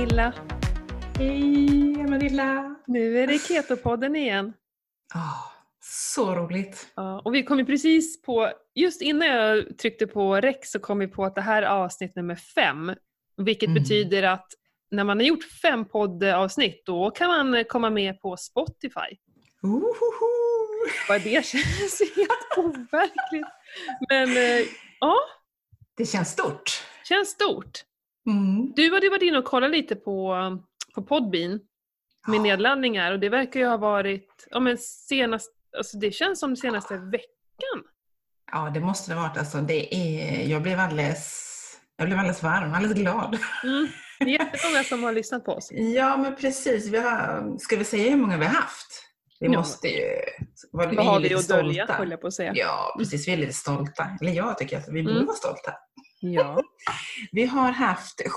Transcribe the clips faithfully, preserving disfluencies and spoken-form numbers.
Camilla. Hej Amarilla. Nu är det Keto-podden igen. Oh, så roligt. Ja, och vi kom ju precis på, just innan jag tryckte på rec så kom vi på att det här är avsnitt nummer fem. Vilket mm. betyder att när man har gjort fem poddavsnitt då kan man komma med på Spotify. Ohoho. Vad det känns helt overkligt. Men ja. Det känns stort. Känns stort. Mm. Du hade varit inne och kollat lite på, på Podbean med nedladdningar och det verkar ju ha varit ja, men senast, alltså det känns som senaste veckan. Ja, det måste det ha varit. Alltså, det är, jag blev alldeles, jag blev alldeles varm, alldeles glad. Mm. Det är jättemånga som har lyssnat på oss. Ja, men precis. Vi har, ska vi säga hur många vi har haft? Vi ja. måste ju... Vad vi har vi att dölja, höll jag på att säga. Ja, precis. Vi är lite stolta. Eller jag tycker att vi borde mm. vara stolta. Ja. Vi har haft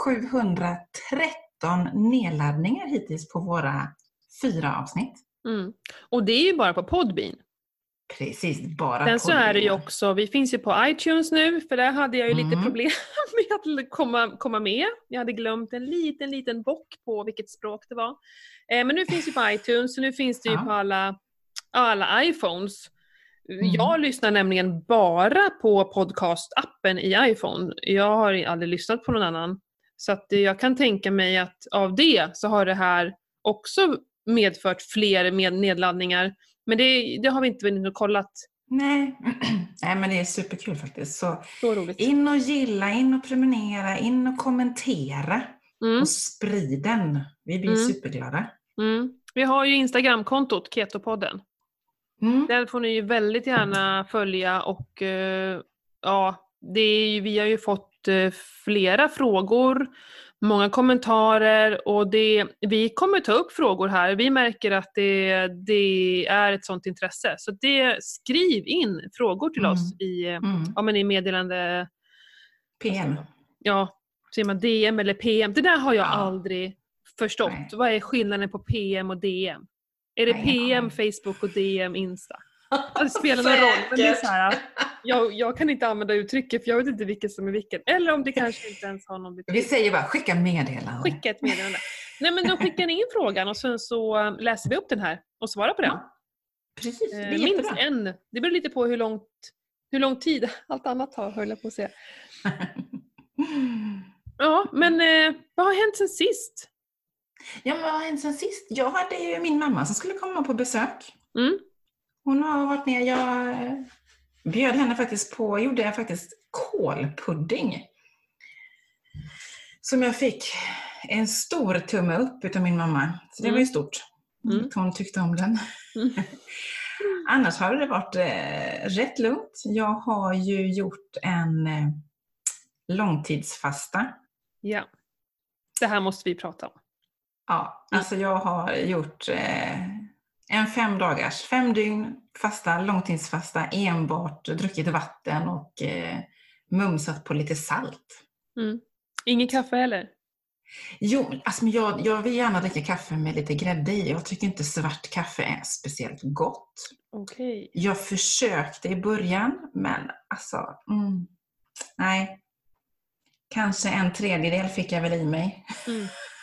sjuhundratretton nedladdningar hittills på våra fyra avsnitt. Mm. Och det är ju bara på Podbean. Precis, bara Sen så är det ju också, vi finns ju på iTunes nu, för där hade jag ju mm. lite problem med att komma, komma med. Jag hade glömt en liten, liten bock på vilket språk det var. Eh, men nu finns det på iTunes, så nu finns det ju ja. på alla, alla iPhones. Mm. Jag lyssnar nämligen bara på podcast-appen i iPhone. Jag har aldrig lyssnat på någon annan. Så att jag kan tänka mig att av det så har det här också medfört fler med nedladdningar. Men det, det har vi inte varit kollat. Nej. Nej, men det är superkul faktiskt. Så, så roligt. In och gilla, in och prenumerera, in och kommentera. Mm. Och sprid den. Vi blir mm. superglada. Mm. Vi har ju Instagramkontot Keto-podden. Mm. Den får ni ju väldigt gärna följa och uh, ja, det är ju, vi har ju fått uh, flera frågor, många kommentarer och det, vi kommer ta upp frågor här. Vi märker att det, det är ett sånt intresse. Så det, skriv in frågor till mm. oss i, mm. ja, men i meddelande P M. Alltså, ja, säger man D M eller P M. Det där har jag ja. aldrig förstått. Nej. Vad är skillnaden på P M och D M? Är det P M, Facebook och D M, Insta? Det spelar någon roll, men det är så här, jag, jag kan inte använda uttrycket för jag vet inte vilket som är vilket. Eller om det kanske inte ens har någon betydelse. Vi säger bara skicka meddelande. Skicka ett meddelande. Nej, men då skickar ni in frågan och sen så läser vi upp den här och svarar på den. Ja, precis, det är eh, minst en. Det beror lite på hur långt, hur lång tid allt annat har, höll jag på att säga. Ja, men eh, vad har hänt sen sist? Ja, men vad har hänt sen sist? Jag hade ju min mamma som skulle komma på besök. Mm. Hon har varit ner, jag bjöd henne faktiskt på, gjorde jag faktiskt kålpudding. Som jag fick en stor tumme upp utav min mamma. Så det mm. var ju stort. Mm. Hon tyckte om den. Mm. Annars har det varit eh, rätt lugnt. Jag har ju gjort en eh, långtidsfasta. Ja, det här måste vi prata om. Ja, alltså jag har gjort eh, en fem dagars, fem dygn fasta, långtidsfasta, enbart druckit vatten och eh, mumsat på lite salt. Mm. Ingen kaffe heller? Jo, alltså jag, jag vill gärna dricka kaffe med lite grädde i. Jag tycker inte svart kaffe är speciellt gott. Okej. Okay. Jag försökte i början, men alltså, mm, nej. Kanske en tredjedel fick jag väl i mig. Mm.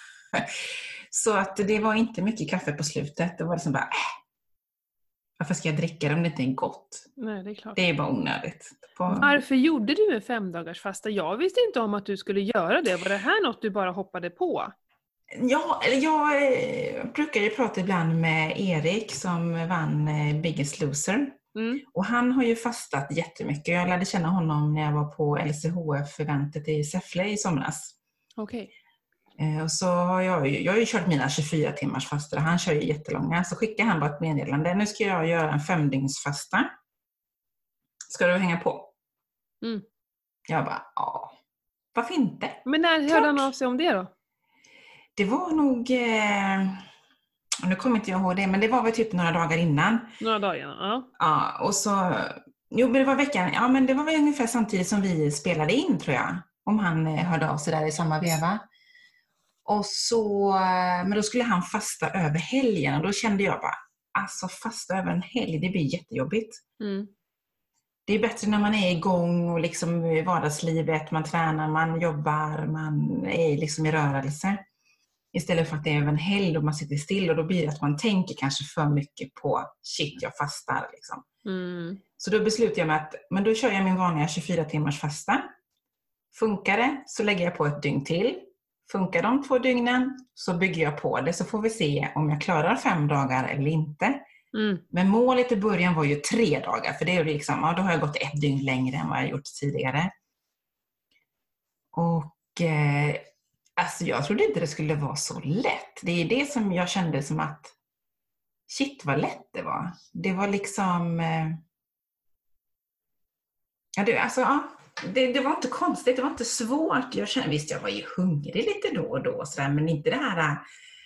Så att det var inte mycket kaffe på slutet. Det var liksom bara, äh, varför ska jag dricka det om det inte är gott? Nej, det är klart. Det är bara onödigt. På... Varför gjorde du en fem dagars fasta? Jag visste inte om att du skulle göra det. Var det här något du bara hoppade på? Ja, jag eh, brukar ju prata ibland med Erik som vann eh, Biggest Loser. Mm. Och han har ju fastat jättemycket. Jag lärde känna honom när jag var på L C H F-eventet i Säffle i somras. Okej. Okay. Och så har jag, jag har ju kört mina tjugofyra timmars fasta. Han kör ju jättelånga. Så skickar han bara ett meddelande. Nu ska jag göra en femdygnsfasta. Ska du hänga på? Mm. Jag bara, ja. Varför inte? Men när Klart. Hörde han av sig om det då? Det var nog... Eh, nu kommer inte jag ihåg det. Men det var väl typ några dagar innan. Några dagar innan, ja. Ja, och så... Jo, men det var veckan. Ja, men det var väl ungefär samtidigt som vi spelade in, tror jag. Om han eh, hörde av sig där i samma veva. Och så, men då skulle han fasta över helgen och då kände jag bara, alltså fasta över en helg, det blir jättejobbigt. Mm. Det är bättre när man är igång och liksom i vardagslivet, man tränar, man jobbar, man är liksom i rörelse. Istället för att det är en helg och man sitter still och då blir det att man tänker kanske för mycket på shit, jag fastar liksom. Mm. Så då beslutar jag mig att men då kör jag min vanliga tjugofyra timmars fasta. Funkar det så lägger jag på ett dygn till. Funkar de två dygnen så bygger jag på det, så får vi se om jag klarar fem dagar eller inte. Mm. Men målet i början var ju tre dagar, för det är liksom, ja, då har jag gått ett dygn längre än vad jag gjort tidigare. Och eh, alltså jag trodde inte det skulle vara så lätt. Det är det som jag kände som att shit vad lätt det var. Det var liksom eh, ja, det, alltså, ja, det, det var inte konstigt, det var inte svårt. Jag kände, visst jag var ju hungrig lite då och då, så där, men inte det här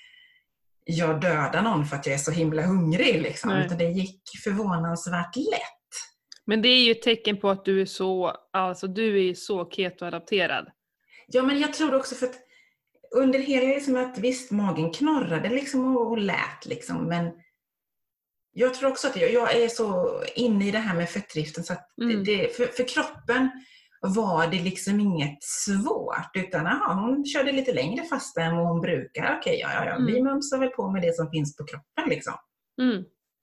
jag dödar någon för att jag är så himla hungrig liksom. Utan det gick förvånansvärt lätt. Men det är ju ett tecken på att du är så, alltså du är så keto-adapterad. Ja, men jag tror också för att under hela liksom att visst magen knorrade liksom och, och lät liksom, men jag tror också att jag, jag är så inne i det här med fettdriften så att mm. det, det, för, för kroppen var det liksom inget svårt, utan aha, hon körde lite längre fasta än vad hon brukar. Okej, okay, ja, ja, ja. Mm. Vi mumsar väl på med det som finns på kroppen liksom. Mm.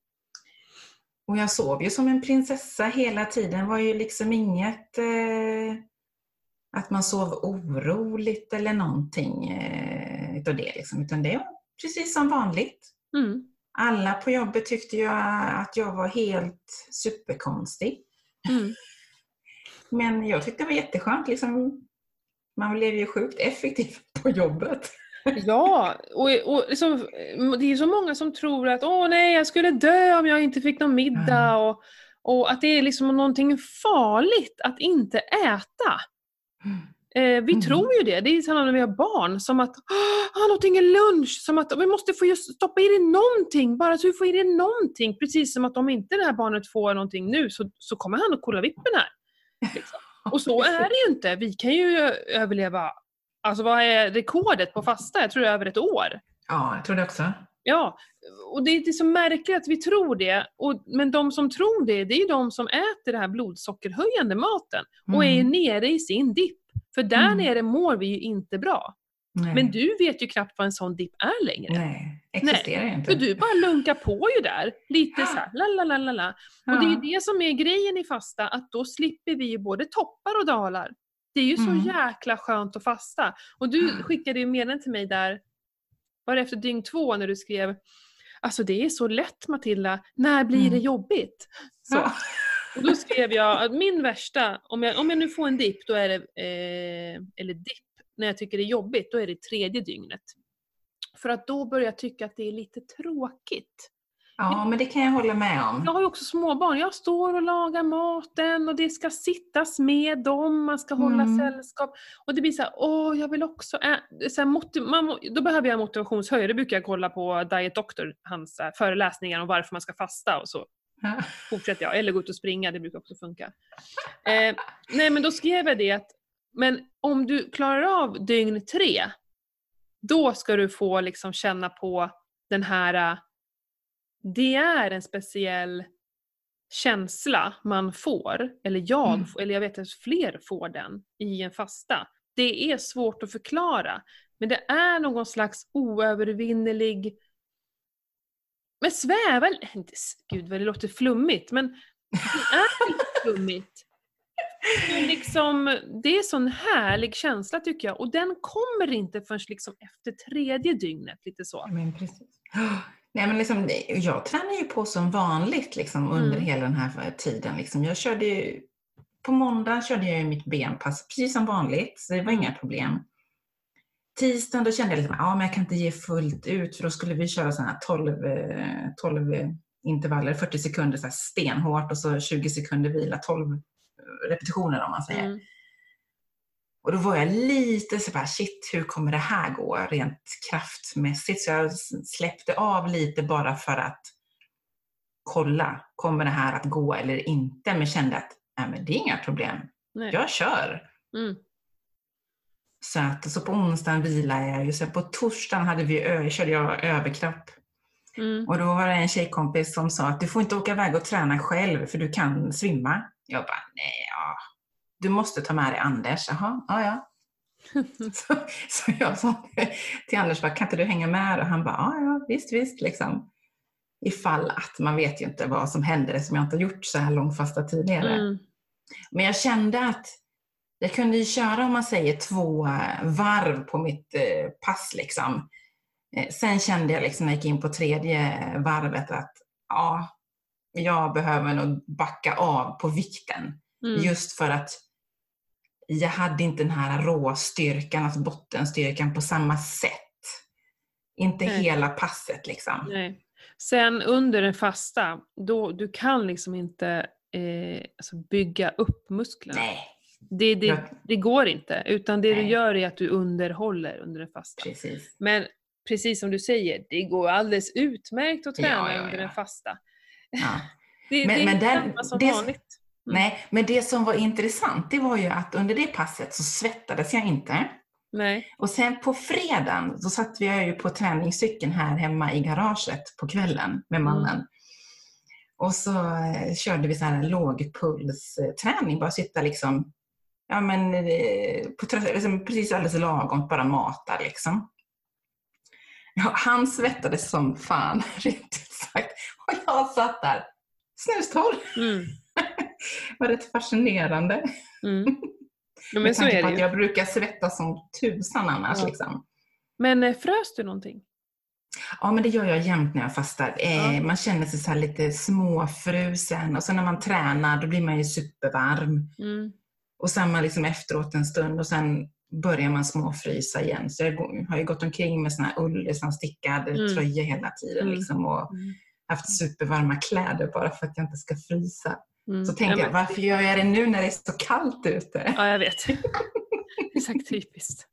Och jag sov ju som en prinsessa hela tiden. Det var ju liksom inget eh, att man sov oroligt eller någonting eh, utav det liksom, utan det var precis som vanligt. Mm. Alla på jobbet tyckte ju att jag var helt superkonstig. Mm. Men jag tyckte det var jätteskönt. Liksom, man blev ju sjukt effektiv på jobbet. Ja, och, och liksom, det är så många som tror att åh nej, jag skulle dö om jag inte fick någon middag. Mm. Och, och att det är liksom någonting farligt att inte äta. Mm. Eh, vi mm. tror ju det. Det är samma när vi har barn. Som att, ah, någonting är lunch. Som att vi måste få just stoppa i det någonting. Bara så vi får i det någonting. Precis som att om inte det här barnet får någonting nu så, så kommer han att kolla vippen här. Liksom. Och så är det ju inte. Vi kan ju överleva. Alltså vad är rekordet på fasta? Jag tror det är över ett år. Ja, jag tror det också. Ja, och det är, det är så märkligt att vi tror det. Och, men de som tror det, det är ju de som äter det här blodsockerhöjande maten. Och mm. är nere i sin dipp. För där mm. nere mår vi ju inte bra. Nej. Men du vet ju knappt vad en sån dipp är längre. Nej, existerar Nej. inte. För du bara lunkar på ju där. Lite så här, lalalala. Ja. Och det är ju det som är grejen i fasta. Att då slipper vi ju både toppar och dalar. Det är ju mm. så jäkla skönt att fasta. Och du skickade ju meddelande till mig där. Var det efter dygn två när du skrev. Alltså det är så lätt Matilda. När blir mm. det jobbigt? Så. Ja. Och då skrev jag att min värsta, om jag, om jag nu får en dipp, då är det, eh, eller dipp, när jag tycker det är jobbigt, då är det tredje dygnet. För att då börjar jag tycka att det är lite tråkigt. Ja, men det kan jag hålla med om. Jag har ju också småbarn. Jag står och lagar maten och det ska sittas med dem. Man ska hålla mm. sällskap. Och det blir så här, åh, jag vill också ä-. Så här, motiv- man, då behöver jag motivationshöjare. Det brukar jag kolla på Diet Doctor, hans här, föreläsningar om varför man ska fasta och så. Fortsätter jag. Eller gå ut och springa, det brukar också funka. Eh, nej, men då skrev jag det att men om du klarar av dygn tre, då ska du få liksom känna på den här. Det är en speciell känsla man får, eller jag, mm. eller jag vet att fler får den i en fasta. Det är svårt att förklara, men det är någon slags oövervinnerlig, men svävar, inte, gud vad det låter flummigt, men det är lite flummigt. Men liksom, det är en sån härlig känsla tycker jag, och den kommer inte förrän liksom efter tredje dygnet, lite så. Men precis. Nej, men liksom, jag tränar ju på som vanligt liksom, under mm. hela den här tiden. Liksom. Jag körde ju, på måndag körde jag ju mitt benpass precis som vanligt, så det var inga problem. Tisdagen då kände jag liksom, ja, men jag kan inte ge fullt ut, för då skulle vi köra såna här tolv, tolv intervaller, fyrtio sekunder så här stenhårt och så tjugo sekunder vila, tolv repetitioner om man säger. Mm. Och då var jag lite så bara, shit, hur kommer det här gå rent kraftmässigt? Så jag släppte av lite bara för att kolla, kommer det här att gå eller inte? Men kände att, nej men det är inga problem. Nej. Jag kör. Mm. Så, att, så på onsdagen vilade jag ju. Så på torsdagen hade vi, ö, körde jag överkropp. Mm. Och då var det en tjejkompis som sa att du får inte åka iväg och träna själv för du kan svimma. Jag bara, nej ja. Du måste ta med dig Anders. Jaha, ja ja. så, så jag sa till Anders, bara, kan inte du hänga med? Och han bara, ja, ja visst, visst. Liksom. Ifall att man vet ju inte vad som händer som jag inte har gjort så här långfasta tidigare. Mm. Men jag kände att jag kunde ju köra, om man säger, två varv på mitt eh, pass liksom. Eh, sen kände jag liksom när jag gick in på tredje varvet att ja, jag behöver nog backa av på vikten. Mm. Just för att jag hade inte den här råstyrkan, alltså bottenstyrkan på samma sätt. Inte Nej. hela passet liksom. Nej. Sen under den fasta, då du kan liksom inte eh, alltså bygga upp musklerna. Nej. Det, det, det går inte, utan det Nej. du gör är att du underhåller under den fasta. Precis. Men precis som du säger, det går alldeles utmärkt att träna ja, ja, ja. under den fasta. Ja. det, men, det men är den, samma som det, vanligt. Mm. Nej, men det som var intressant, det var ju att under det passet så svettades jag inte. Nej. Och sen på fredagen så satt vi ju på träningscykeln här hemma i garaget på kvällen med mannen. Mm. Och så eh, körde vi så här lågpulsträning, bara sitta liksom, ja men eh, på, liksom, precis alldeles lagom, bara mata liksom. Ja, han svettades som fan, riktigt sagt. Och jag satt där, snustorr. Mm. Var rätt fascinerande. Mm. Ja, men så är det på ju. Att jag brukar svettas som tusan annars. Ja. Liksom. Men eh, frös du någonting? Ja, men det gör jag jämt när jag fastar. Eh, ja. Man känner sig så här lite småfrusen. Och sen när man tränar, då blir man ju supervarm. Mm. Och sen man liksom efteråt en stund. Och sen börjar man småfrysa igen. Så jag har ju gått omkring med sån här ull, sån stickad mm. tröja hela tiden. Mm. Liksom, och mm. haft supervarma kläder bara för att jag inte ska frysa. Mm. Så tänkte ja, jag, varför gör jag det nu när det är så kallt ute? Ja, jag vet. Exakt typiskt.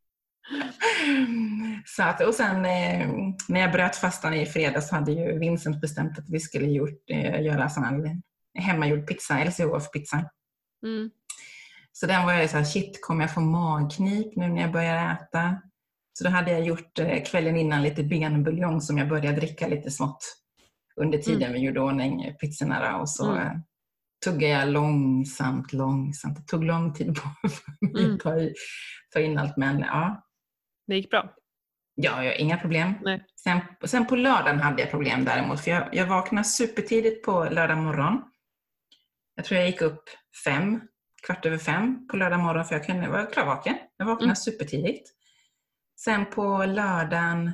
Så att, och sen eh, när jag bröt fastan i fredags hade ju Vincent bestämt att vi skulle gjort, eh, göra sån här hemmagjord pizza, L C H F-pizza. Mm. Så den var jag så här, shit, kommer jag få magknip nu när jag börjar äta? Så då hade jag gjort eh, kvällen innan lite benbuljong som jag började dricka lite smått under tiden mm. vi gjorde ordning pizzorna då, och så mm. tuggade jag långsamt, långsamt. Det tog lång tid på att mm. ta, i, ta in allt, men ja. Det gick bra? Ja, jag, inga problem. Nej. Sen, sen på lördagen hade jag problem däremot, för jag, jag vaknade supertidigt på lördag morgon. Jag tror jag gick upp fem, kvart över fem på lördag morgon, för jag kunde vara klarvaken. Jag vaknade mm. supertidigt. Sen på lördagen,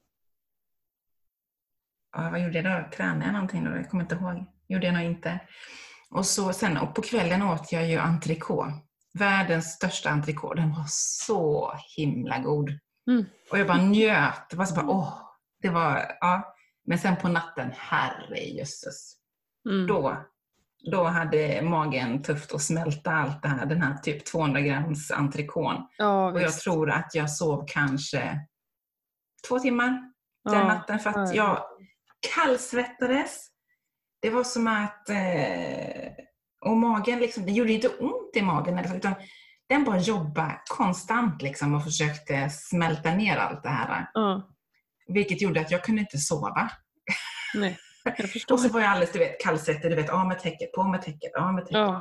ja, vad gjorde jag då? Tränade jag någonting då? Jag kommer inte ihåg. Gjorde jag nog inte. Och så sen och på kvällen åt jag ju entrecote. Världens största entrecote. Den var så himla god. Mm. Och jag bara njöt. Det var så bara, åh. Det var, ja. Men sen på natten, herrejösses. Mm. Då, då hade magen tufft att smälta allt det här. Den här typ tvåhundra grams entrecote. Ja, och jag tror att jag sov kanske två timmar den ja, natten. För att jag kallsvettades. Det var som att eh, och magen liksom, det gjorde inte ont i magen utan den bara jobbade konstant liksom och försökte smälta ner allt det här. Mm. Vilket gjorde att jag kunde inte sova. Nej, jag förstår. Och så var jag alldeles, du vet, kallsvettig, du vet, av med täcket, på med täcket, av med täcket. Mm.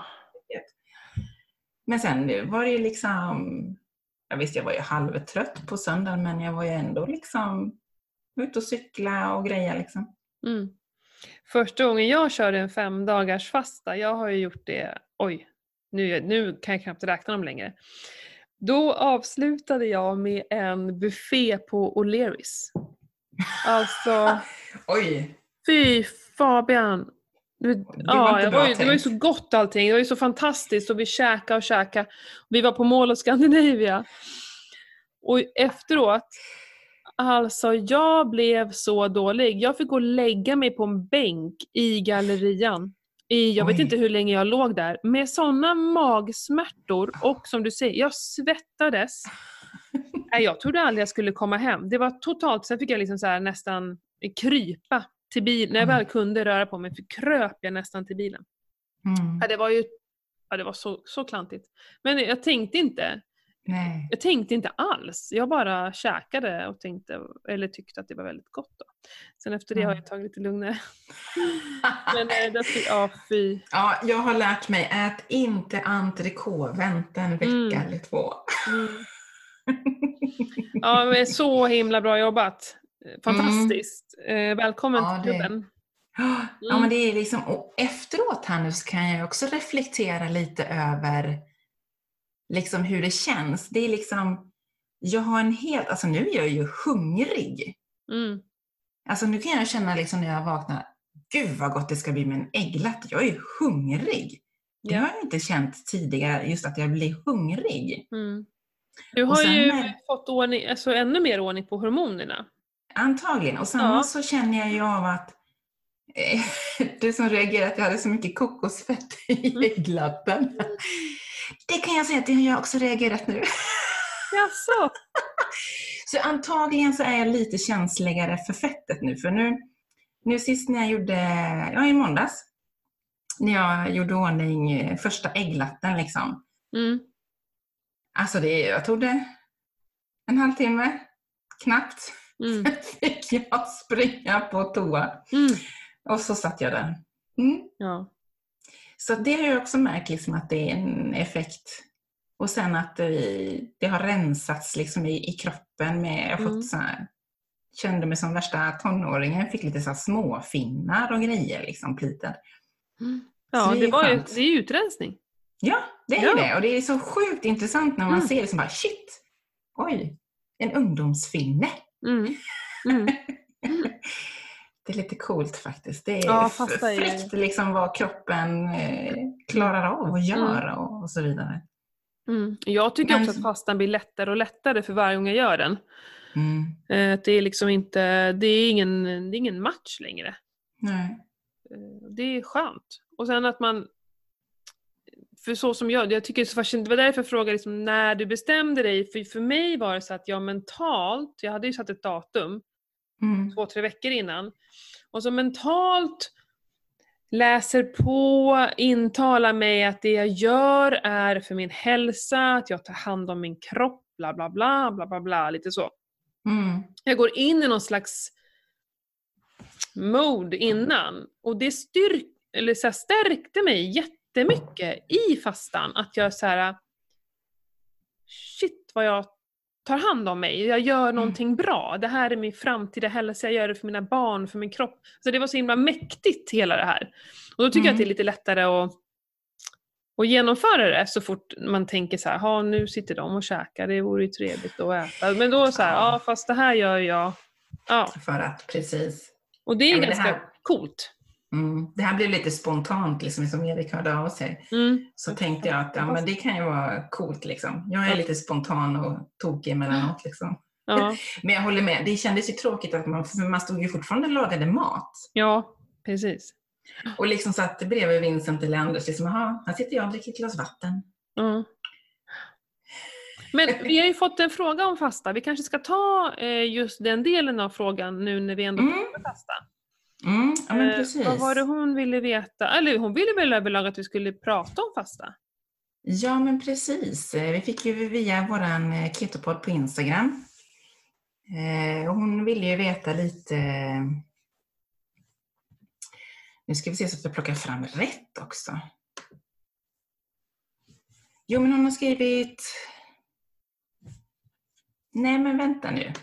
Men sen var det ju liksom, jag visste jag var ju halvtrött på söndagen, men jag var ju ändå liksom ute och cykla och greja liksom. Mm. Första gången jag körde en fem dagars fasta, jag har ju gjort det, oj, nu, nu kan jag knappt räkna dem längre. Då avslutade jag med en buffé på O'Learys. Alltså, oj. Fy Fabian. Du, ja, jag var ju, det var ju så gott allting, det var ju så fantastiskt och vi käkade och käkade. Vi var på Mall of Scandinavia. Och efteråt, alltså jag blev så dålig. Jag fick gå och lägga mig på en bänk i gallerian. I, jag Oj. vet inte hur länge jag låg där. Med sådana magsmärtor och som du säger, jag svettades. Nej, jag trodde aldrig jag skulle komma hem. Det var totalt, sen fick jag liksom så här nästan krypa till bilen. När jag väl kunde röra på mig, för kröp jag nästan till bilen. Mm. Ja, det var ju ja, det var så, så klantigt. Men jag tänkte inte. Nej. Jag tänkte inte alls. Jag bara käkade och tänkte, eller tyckte att det var väldigt gott då. Sen efter det mm. har jag tagit lite lugnare. Men det ja, fy. Ja, jag har lärt mig, ät inte entrecote, vänta en vecka mm. eller två. Mm. Ja, men så himla bra jobbat. Fantastiskt. Mm. Eh, välkommen ja, till klubben. Det... Ja, men det är liksom, och efteråt här nu så kan jag också reflektera lite över liksom hur det känns. Det är liksom, jag har en helt, alltså nu är jag ju hungrig. Mm. Alltså nu kan jag känna liksom när jag vaknar, gud vad gott det ska bli med en ägglatte. Jag är hungrig. Det Ja. har jag inte känt tidigare, just att jag blir hungrig. Mm. Du har ju med... fått ordning, alltså ännu mer ordning på hormonerna. Antagligen. Och samma ja. Så känner jag ju av att eh, du som reagerade att jag hade så mycket kokosfett i mm. ägglatten. Mm. Det kan jag säga att det har jag också reagerat nu. Jaså? Så antagligen så är jag lite känsligare för fettet nu. För nu, nu sist när jag gjorde, ja i måndags, när jag gjorde ordning första ägglatten liksom. Mm. Alltså det, jag tog det en halvtimme, knappt. Mm. Sen fick jag springa på toa. Mm. Och så satt jag där. Mm. Ja. Så det har jag också märkt liksom att det är en effekt. Och sen att det, det har rensats liksom i, i kroppen med, jag mm. fått så här, kände mig som värsta tonåringen, fick lite så här småfinnar och grejer liksom, plitar. Mm. Ja, det, det, var ju, det är ju utrensning. Ja, det är ja. det. Och det är så sjukt intressant när man mm. ser det som bara, shit, oj, en ungdomsfinne. Mm. Mm. Det är lite coolt faktiskt. Det är ja, fräckt liksom vad kroppen eh, klarar av och gör mm. och, och så vidare. Mm. Jag tycker Men... också att fastan blir lättare och lättare för varje gång jag gör den. Mm. Eh, det är liksom inte, det är ingen, det är ingen match längre. Nej. Eh, det är skönt. Och sen att man, för så som jag, jag tycker det är så fascinerande, det var därför jag frågade liksom, när du bestämde dig, för, för mig var det så att jag mentalt, jag hade ju satt ett datum mm. två, tre veckor innan, och så mentalt läser på, intalar mig att det jag gör är för min hälsa, att jag tar hand om min kropp, bla bla bla, bla bla bla, lite så. Mm. Jag går in i någon slags mode innan, och det styrk, eller så här, stärkte mig jättemycket i fastan, att jag så här, shit vad jag tar hand om mig, jag gör någonting mm. bra, det här är min framtida hälsa, jag gör det för mina barn, för min kropp. Så det var så himla mäktigt hela det här. Och då tycker mm. jag att det är lite lättare att, att genomföra det så fort man tänker så här, ha nu sitter de och käkar, det vore ju trevligt att äta. Men då så här, ja, ja fast det här gör jag. Ja. För att, precis. Och det är ja, ganska det här... coolt. Mm. Det här blev lite spontant liksom, som Erik hörde av sig. Mm. Så tänkte jag att ja, men det kan ju vara coolt liksom. Jag är ja. lite spontan och tokig emellanåt liksom. Ja. Men jag håller med, det kändes ju tråkigt att man, för man stod ju fortfarande och lagade mat. Ja, precis. Och liksom satt bredvid Vincent eller Anders liksom, aha, här sitter jag och dricker ett glas vatten. Mm. Men vi har ju fått en fråga om fasta. Vi kanske ska ta eh, just den delen av frågan nu när vi ändå mm. pratar fasta. Mm, ja, men precis. Eh, vad var det hon ville veta? Eller hon ville väl överlag att vi skulle prata om fasta? Ja, men precis. Vi fick ju via våran Ketopodd på Instagram. Eh, och hon ville ju veta lite... Nu ska vi se så att vi plockar fram rätt också. Jo, men hon har skrivit... Nej, men vänta nu.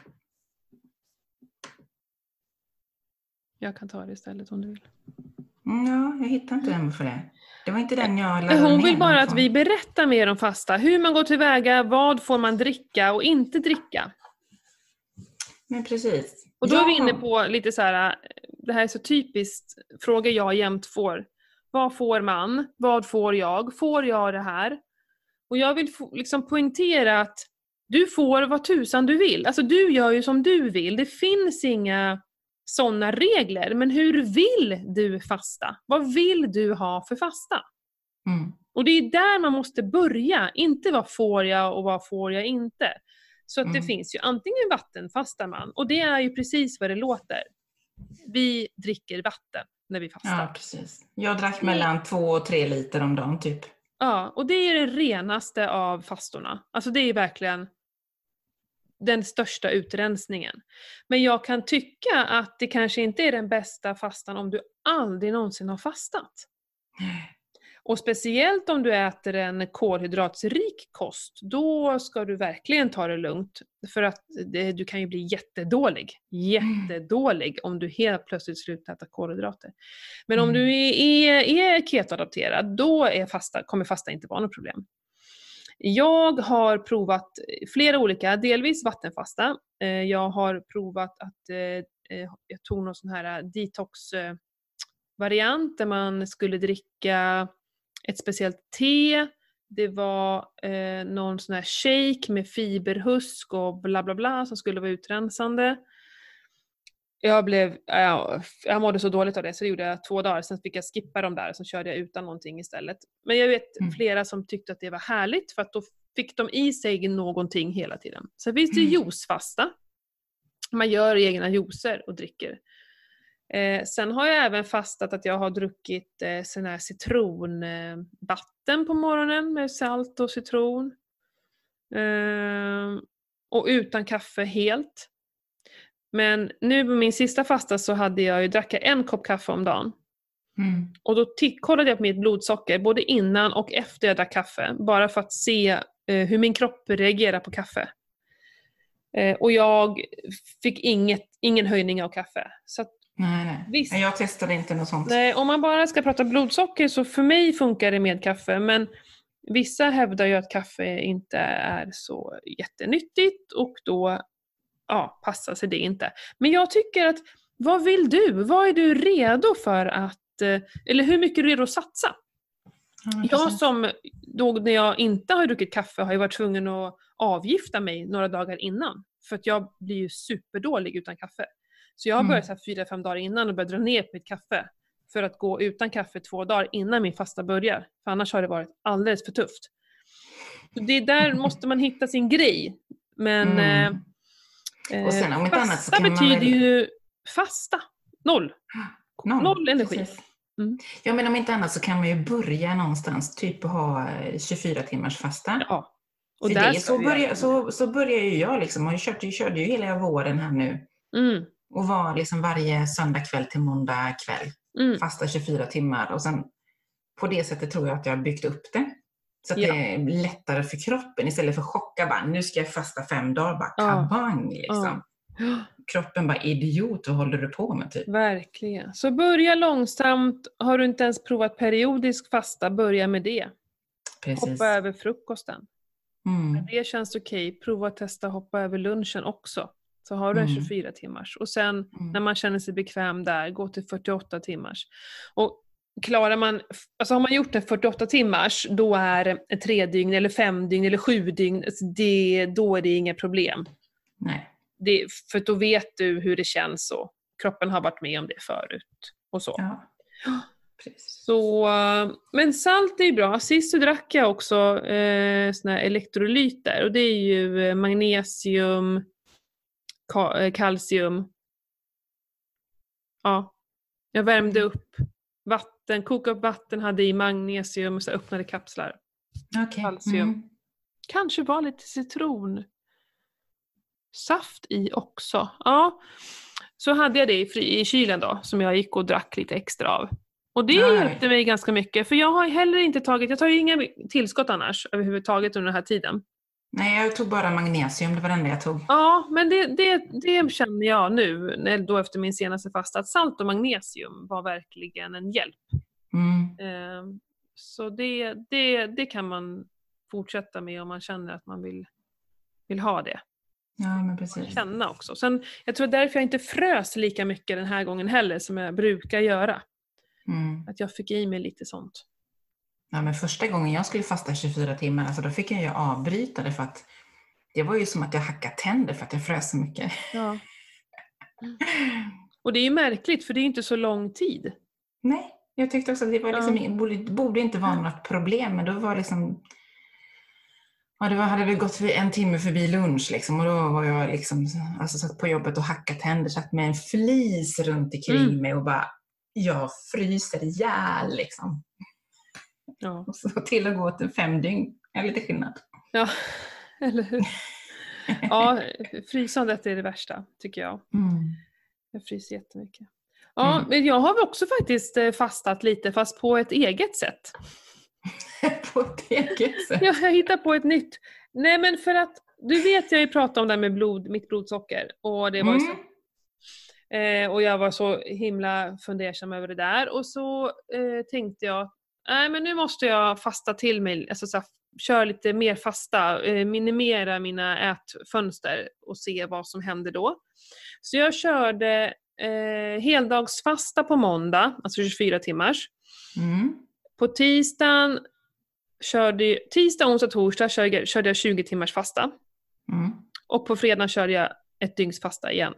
Jag kan ta det istället om du vill. Ja, jag hittar inte den för det. Det var inte den jag lade Hon vill bara att vi berättar mer om fasta. Hur man går tillväga, vad får man dricka och inte dricka. Men precis. Och då ja. är vi inne på lite så här, det här är så typiskt frågor jag jämt får. Vad får man? Vad får jag? Får jag det här? Och jag vill liksom poängtera att du får vad tusan du vill. Alltså du gör ju som du vill. Det finns inga sådana regler. Men hur vill du fasta? Vad vill du ha för fasta? Mm. Och det är där man måste börja. Inte vad får jag och vad får jag inte. Så att mm. det finns ju antingen vattenfastar man. Och det är ju precis vad det låter. Vi dricker vatten när vi fastar. Ja, precis. Jag drack mellan två och tre liter om dagen typ. Ja, och det är det renaste av fastorna. Alltså det är verkligen den största utrensningen. Men jag kan tycka att det kanske inte är den bästa fastan om du aldrig någonsin har fastat. Och speciellt om du äter en kolhydratsrik kost, då ska du verkligen ta det lugnt. För att det, du kan ju bli jättedålig. Jättedålig om du helt plötsligt slutar äta kolhydrater. Men om Mm. du är, är, är ketoadapterad, då är fasta, kommer fasta inte vara något problem. Jag har provat flera olika, delvis vattenfasta. Jag har provat att jag tog någon sån här detox-variant där man skulle dricka ett speciellt te. Det var eh, någon sån här shake med fiberhusk och bla bla bla som skulle vara utrensande. Jag blev, ja, jag mådde så dåligt av det så det gjorde jag två dagar. Sen fick jag skippa dem där och så körde jag utan någonting istället. Men jag vet mm. flera som tyckte att det var härligt för att då fick de i sig någonting hela tiden. Sen finns det mm. juicefasta. Man gör egna juicer och dricker. Eh, sen har jag även fastat att jag har druckit eh, sån här citronvatten eh, på morgonen med salt och citron. Eh, och utan kaffe helt. Men nu på min sista fasta så hade jag ju drack en kopp kaffe om dagen. Mm. Och då t- kollade jag på mitt blodsocker både innan och efter jag drack kaffe. Bara för att se eh, hur min kropp reagerar på kaffe. Eh, och jag fick inget, ingen höjning av kaffe. Så att, nej, nej. Visst, jag testade inte något sånt. Nej, om man bara ska prata blodsocker så för mig funkar det med kaffe. Men vissa hävdar ju att kaffe inte är så jättenyttigt och då ja, passar sig det inte. Men jag tycker att, vad vill du? Vad är du redo för att, eller hur mycket är du redo att satsa? Ja, jag som, då när jag inte har druckit kaffe har jag varit tvungen att avgifta mig några dagar innan. För att jag blir ju superdålig utan kaffe. Så jag har börjat så här fyra, fem dagar innan och börjat dra ner på mitt kaffe. För att gå utan kaffe två dagar innan min fasta börjar. För annars har det varit alldeles för tufft. Så det där måste man hitta sin grej. Men mm. eh, och sen, om inte annat så kan betyder man väl... ju fasta. Noll. Noll, Noll energi. Mm. Ja, men om inte annat så kan man ju börja någonstans. Typ ha tjugofyra timmars fasta. Ja. Och där det, så, börjar, så, så börjar ju jag liksom. Och jag körde, jag körde ju hela våren här nu. Mm. Och var liksom varje söndag kväll till måndag kväll. Mm. Fasta tjugofyra timmar. Och sen på det sättet tror jag att jag har byggt upp det. Så att ja. Det är lättare för kroppen. Istället för chocka bara, nu ska jag fasta fem dagar. Bara kabang liksom. Ja. Kroppen bara, idiot, vad håller du på med typ? Verkligen. Så börja långsamt. Har du inte ens provat periodisk fasta, börja med det. Precis. Hoppa över frukosten. Mm. Det känns okej. Prova att testa hoppa över lunchen också. Så har du en mm. tjugofyra timmars. Och sen mm. när man känner sig bekväm där, gå till fyrtioåtta timmars. Och klarar man, alltså har man gjort en fyrtioåtta timmars, då är ett tre dygn eller fem dygn eller sju dygn, det, då är det inga problem. Nej. Det, för då vet du hur det känns och kroppen har varit med om det förut och så. Ja, precis. Så men salt är ju bra. Sist så drack jag också eh, såna här elektrolyter och det är ju magnesium, ka- kalcium. Ja, jag värmde upp vatten, kokade upp vatten, hade i magnesium och så öppnade kapslar. Okay. Kalcium. Mm. Kanske var lite citron saft i också. Ja. Så hade jag det i, fri, i kylen då. Som jag gick och drack lite extra av. Och det Nej. hjälpte mig ganska mycket. För jag har heller inte tagit, jag tar ju inga tillskott annars överhuvudtaget under den här tiden. Nej, jag tog bara magnesium. Det var den jag tog. Ja, men det, det, det känner jag nu. Då efter min senaste fasta. Att salt och magnesium var verkligen en hjälp. Mm. Eh, så det, det, det kan man fortsätta med om man känner att man vill, vill ha det. Ja, men precis. Känna också. Sen, jag tror därför jag inte frös lika mycket den här gången heller som jag brukar göra. Mm. Att jag fick i mig lite sånt. Ja, men första gången jag skulle fasta tjugofyra timmar, alltså då fick jag ju avbryta det för att det var ju som att jag hackade tänder för att jag frös så mycket. Ja. Och det är ju märkligt för det är ju inte så lång tid. Nej, jag tyckte också att det var liksom, ja. borde, borde inte vara något problem, men då var liksom ja, det var, hade det gått en timme förbi lunch liksom, och då var jag liksom, alltså, satt på jobbet och hackat tänder, satt med en flis runt omkring mm. mig och bara, jag fryser ihjäl liksom. Ja. Och så till att gå till fem dygn är lite skillnad. Ja, eller hur? Ja, frysandet är det värsta tycker jag. Mm. Jag fryser jättemycket. Ja, mm. men jag har också faktiskt fastat lite fast på ett eget sätt. på T G S? Ja, jag hittar på ett nytt. Nej, men för att, du vet jag ju pratade om det här med blod, mitt blodsocker. Och det var ju så. Mm. Eh, och jag var så himla fundersam över det där. Och så eh, tänkte jag, nej men nu måste jag fasta till mig. Alltså så här, köra lite mer fasta. Eh, minimera mina ätfönster och se vad som händer då. Så jag körde eh, heldagsfasta på måndag. Alltså tjugofyra timmars. Mm. På tisdagen körde, tisdag, onsdag, torsdag körde, körde jag tjugo timmars fasta. Mm. Och på fredag körde jag ett dygns fasta igen.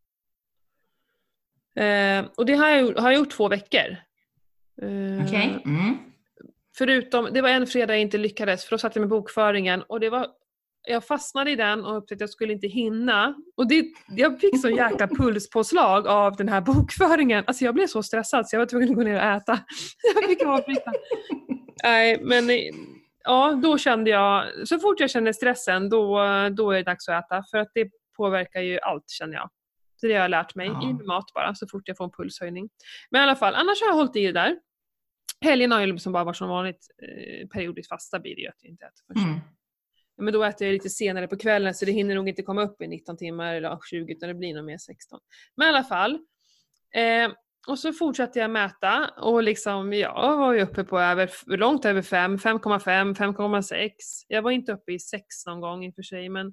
Eh, och det har jag, har jag gjort två veckor. Eh, Okej. Okay. Mm. Förutom, det var en fredag jag inte lyckades, för då satt jag med bokföringen. Och det var, jag fastnade i den och upptäckte att jag skulle inte hinna. Och det, jag fick så jäkla pulspåslag av den här bokföringen. Alltså jag blev så stressad så jag var tvungen att gå ner och äta. Jag fick avbryta. Nej, men ja, då kände jag, så fort jag känner stressen, då, då är det dags att äta. För att det påverkar ju allt, känner jag. Så det har jag lärt mig, ja. i med mat bara, så fort jag får en pulshöjning. Men i alla fall, annars har jag hållit i det där. Helgen har ju som bara varit som vanligt, eh, periodiskt fasta blir det ju att jag inte äter först. Mm. Men då äter jag lite senare på kvällen, så det hinner nog inte komma upp i nitton timmar eller tjugo, utan det blir nog mer sexton. Men i alla fall, eh, och så fortsatte jag mäta och liksom, jag var ju uppe på över, långt över fem, fem komma fem, fem komma sex. Jag var inte uppe i sex någon gång i och för sig, men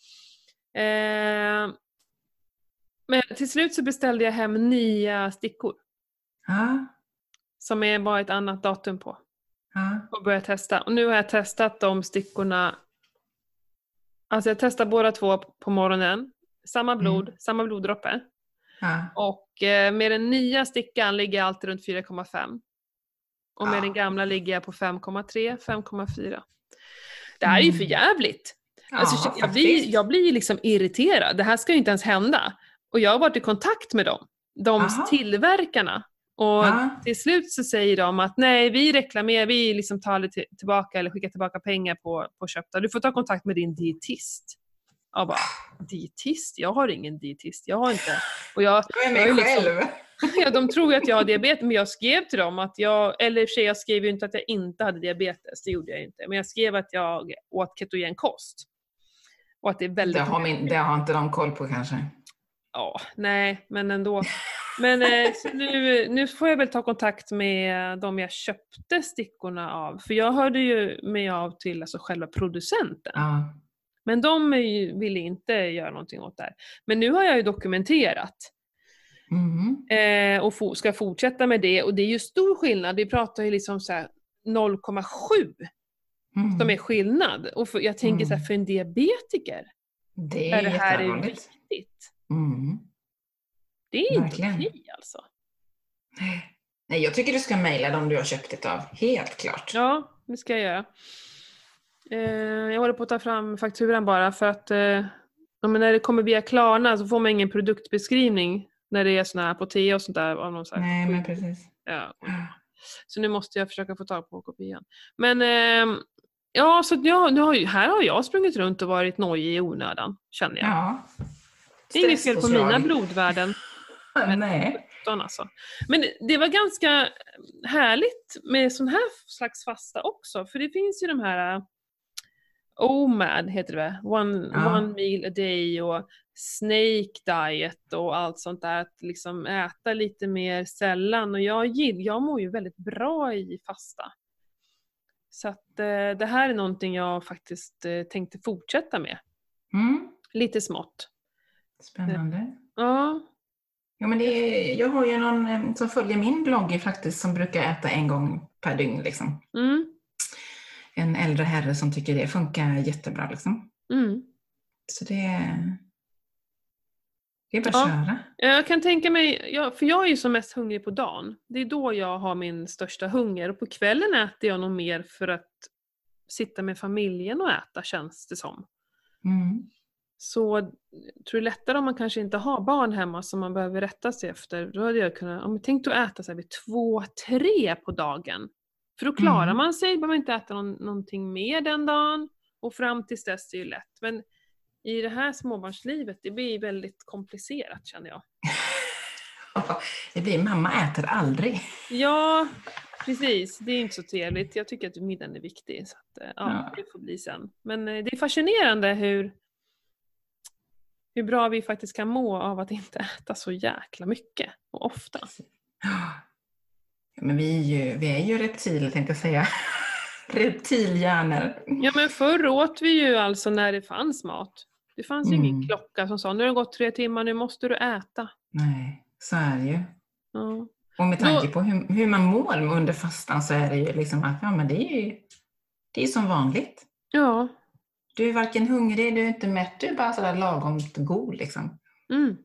eh, men till slut så beställde jag hem nya stickor. Ja. Som är bara ett annat datum på. Ja. Och började testa. Och nu har jag testat de stickorna. Alltså jag testar båda två på morgonen. Samma blod, mm. samma bloddroppe. Ja. Och eh, med den nya stickan ligger jag alltid runt fyra komma fem. Och med ja. den gamla ligger jag på fem komma tre, fem komma fyra. Det här är ju för jävligt. Ja, alltså, jag, blir, jag blir liksom irriterad. Det här ska ju inte ens hända. Och jag har varit i kontakt med dem. De Aha. tillverkarna. Och ja. till slut så säger de att nej, vi reklamerar, vi liksom tar lite tillbaka eller skickar tillbaka pengar på, på köpta. Du får ta kontakt med din dietist. Jag bara, dietist? Jag har ingen dietist. Jag har inte. Och jag, jag är mig jag är själv. Liksom, ja, de tror ju att jag har diabetes, men jag skrev till dem att jag, eller i och för sig jag skrev ju inte att jag inte hade diabetes, det gjorde jag inte. Men jag skrev att jag åt ketogen kost. Och att det är väldigt... Det har, min, det har inte de koll på kanske. Ja, nej, men ändå. Men eh, nu, nu får jag väl ta kontakt med de jag köpte stickorna av. För jag hörde ju mig av till alltså själva producenten. Ja. Men de ju, ville inte göra någonting åt det här. Men nu har jag ju dokumenterat. Mm. Eh, och for, ska fortsätta med det. Och det är ju stor skillnad. Vi pratar ju liksom så här noll komma sju mm. som är skillnad. Och för, jag tänker mm. så här, för en diabetiker. Det är, är det här är viktigt. Mm. Det är verkligen. Inte okej alltså. Nej, jag tycker du ska mejla dem du har köpt det av. Helt klart. Ja, det ska jag göra. Eh, jag håller på att ta fram fakturan bara för att eh, men när det kommer via Klarna så får man ingen produktbeskrivning när det är såna här på T och sånt där. Av någon så här Nej, men precis. Ja. Så nu måste jag försöka få tag på kopian. Men eh, ja, så jag, nu har, här har jag sprungit runt och varit nojig i onödan, känner jag. Ja. Det är inget fel på mina blodvärden. Men, Nej. Alltså. Men det, det var ganska härligt med sån här slags fasta också. För det finns ju de här O M A D heter det, one, ja. one meal a day och snake diet och allt sånt där. Att liksom äta lite mer sällan. Och jag, jag mår ju väldigt bra i fasta. Så att eh, det här är någonting jag faktiskt eh, tänkte fortsätta med. Mm. Lite smått. Spännande. Ja. Ja, men det är, jag har ju någon som följer min blogg faktiskt som brukar äta en gång per dygn liksom. Mm. En äldre herre som tycker det funkar jättebra liksom. Mm. Så det, det är bara ja. att köra. Jag kan tänka mig, jag, för jag är ju som mest hungrig på dagen. Det är då jag har min största hunger. Och på kvällen äter jag nog mer för att sitta med familjen och äta, känns det som. Mm. Så tror det är lättare om man kanske inte har barn hemma som man behöver rätta sig efter. Då hade jag kunnat, om jag tänkte att äta så här vid två, tre på dagen. För då klarar mm. man sig, behöver inte äta någon, någonting mer den dagen. Och fram tills dess är det ju lätt. Men i det här småbarnslivet, det blir väldigt komplicerat, känner jag. Det blir, mamma äter aldrig. Ja, Precis, det är inte så trevligt. Jag tycker att middagen är viktig. Så att, ja, Ja. det får bli sen. Men det är fascinerande hur, hur bra vi faktiskt kan må av att inte äta så jäkla mycket och ofta. Men vi är ju, vi är ju reptiler, tänkte jag säga. Reptilhjärnor. Ja, men förr åt vi ju alltså när det fanns mat. Det fanns ju Mm. ingen klocka som sa, nu har det gått tre timmar, nu måste du äta. Nej, så är det ju. Ja. Och med tanke Då, på hur, hur man mår under fastan så är det ju liksom att, ja men det är ju, det är som vanligt. ja. Du är varken hungrig, du är inte mätt, du är bara sådär lagom god liksom. Mm.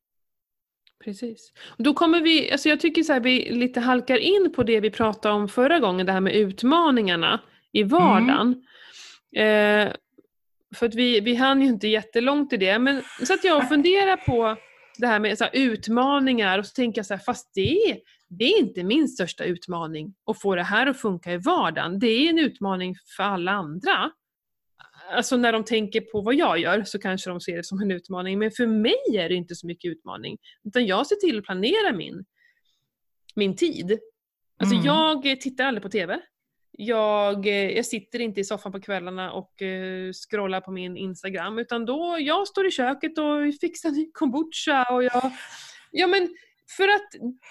Precis. Och då kommer vi, alltså jag tycker så här, vi lite halkar in på det vi pratade om förra gången, det här med utmaningarna i vardagen. Mm. Eh, för att vi, vi hann ju inte jättelångt i det, men så att jag funderar på det här med så här, utmaningar och så tänker jag så här, fast det är, det är inte min största utmaning att få det här att funka i vardagen. Det är en utmaning för alla andra. Alltså när de tänker på vad jag gör så kanske de ser det som en utmaning. Men för mig är det inte så mycket utmaning. Utan jag ser till att planera min, min tid. Alltså mm. jag tittar aldrig på tv. Jag, jag sitter inte i soffan på kvällarna och uh, scrollar på min Instagram. Utan då jag står i köket och fixar ny kombucha. Och jag, ja men för att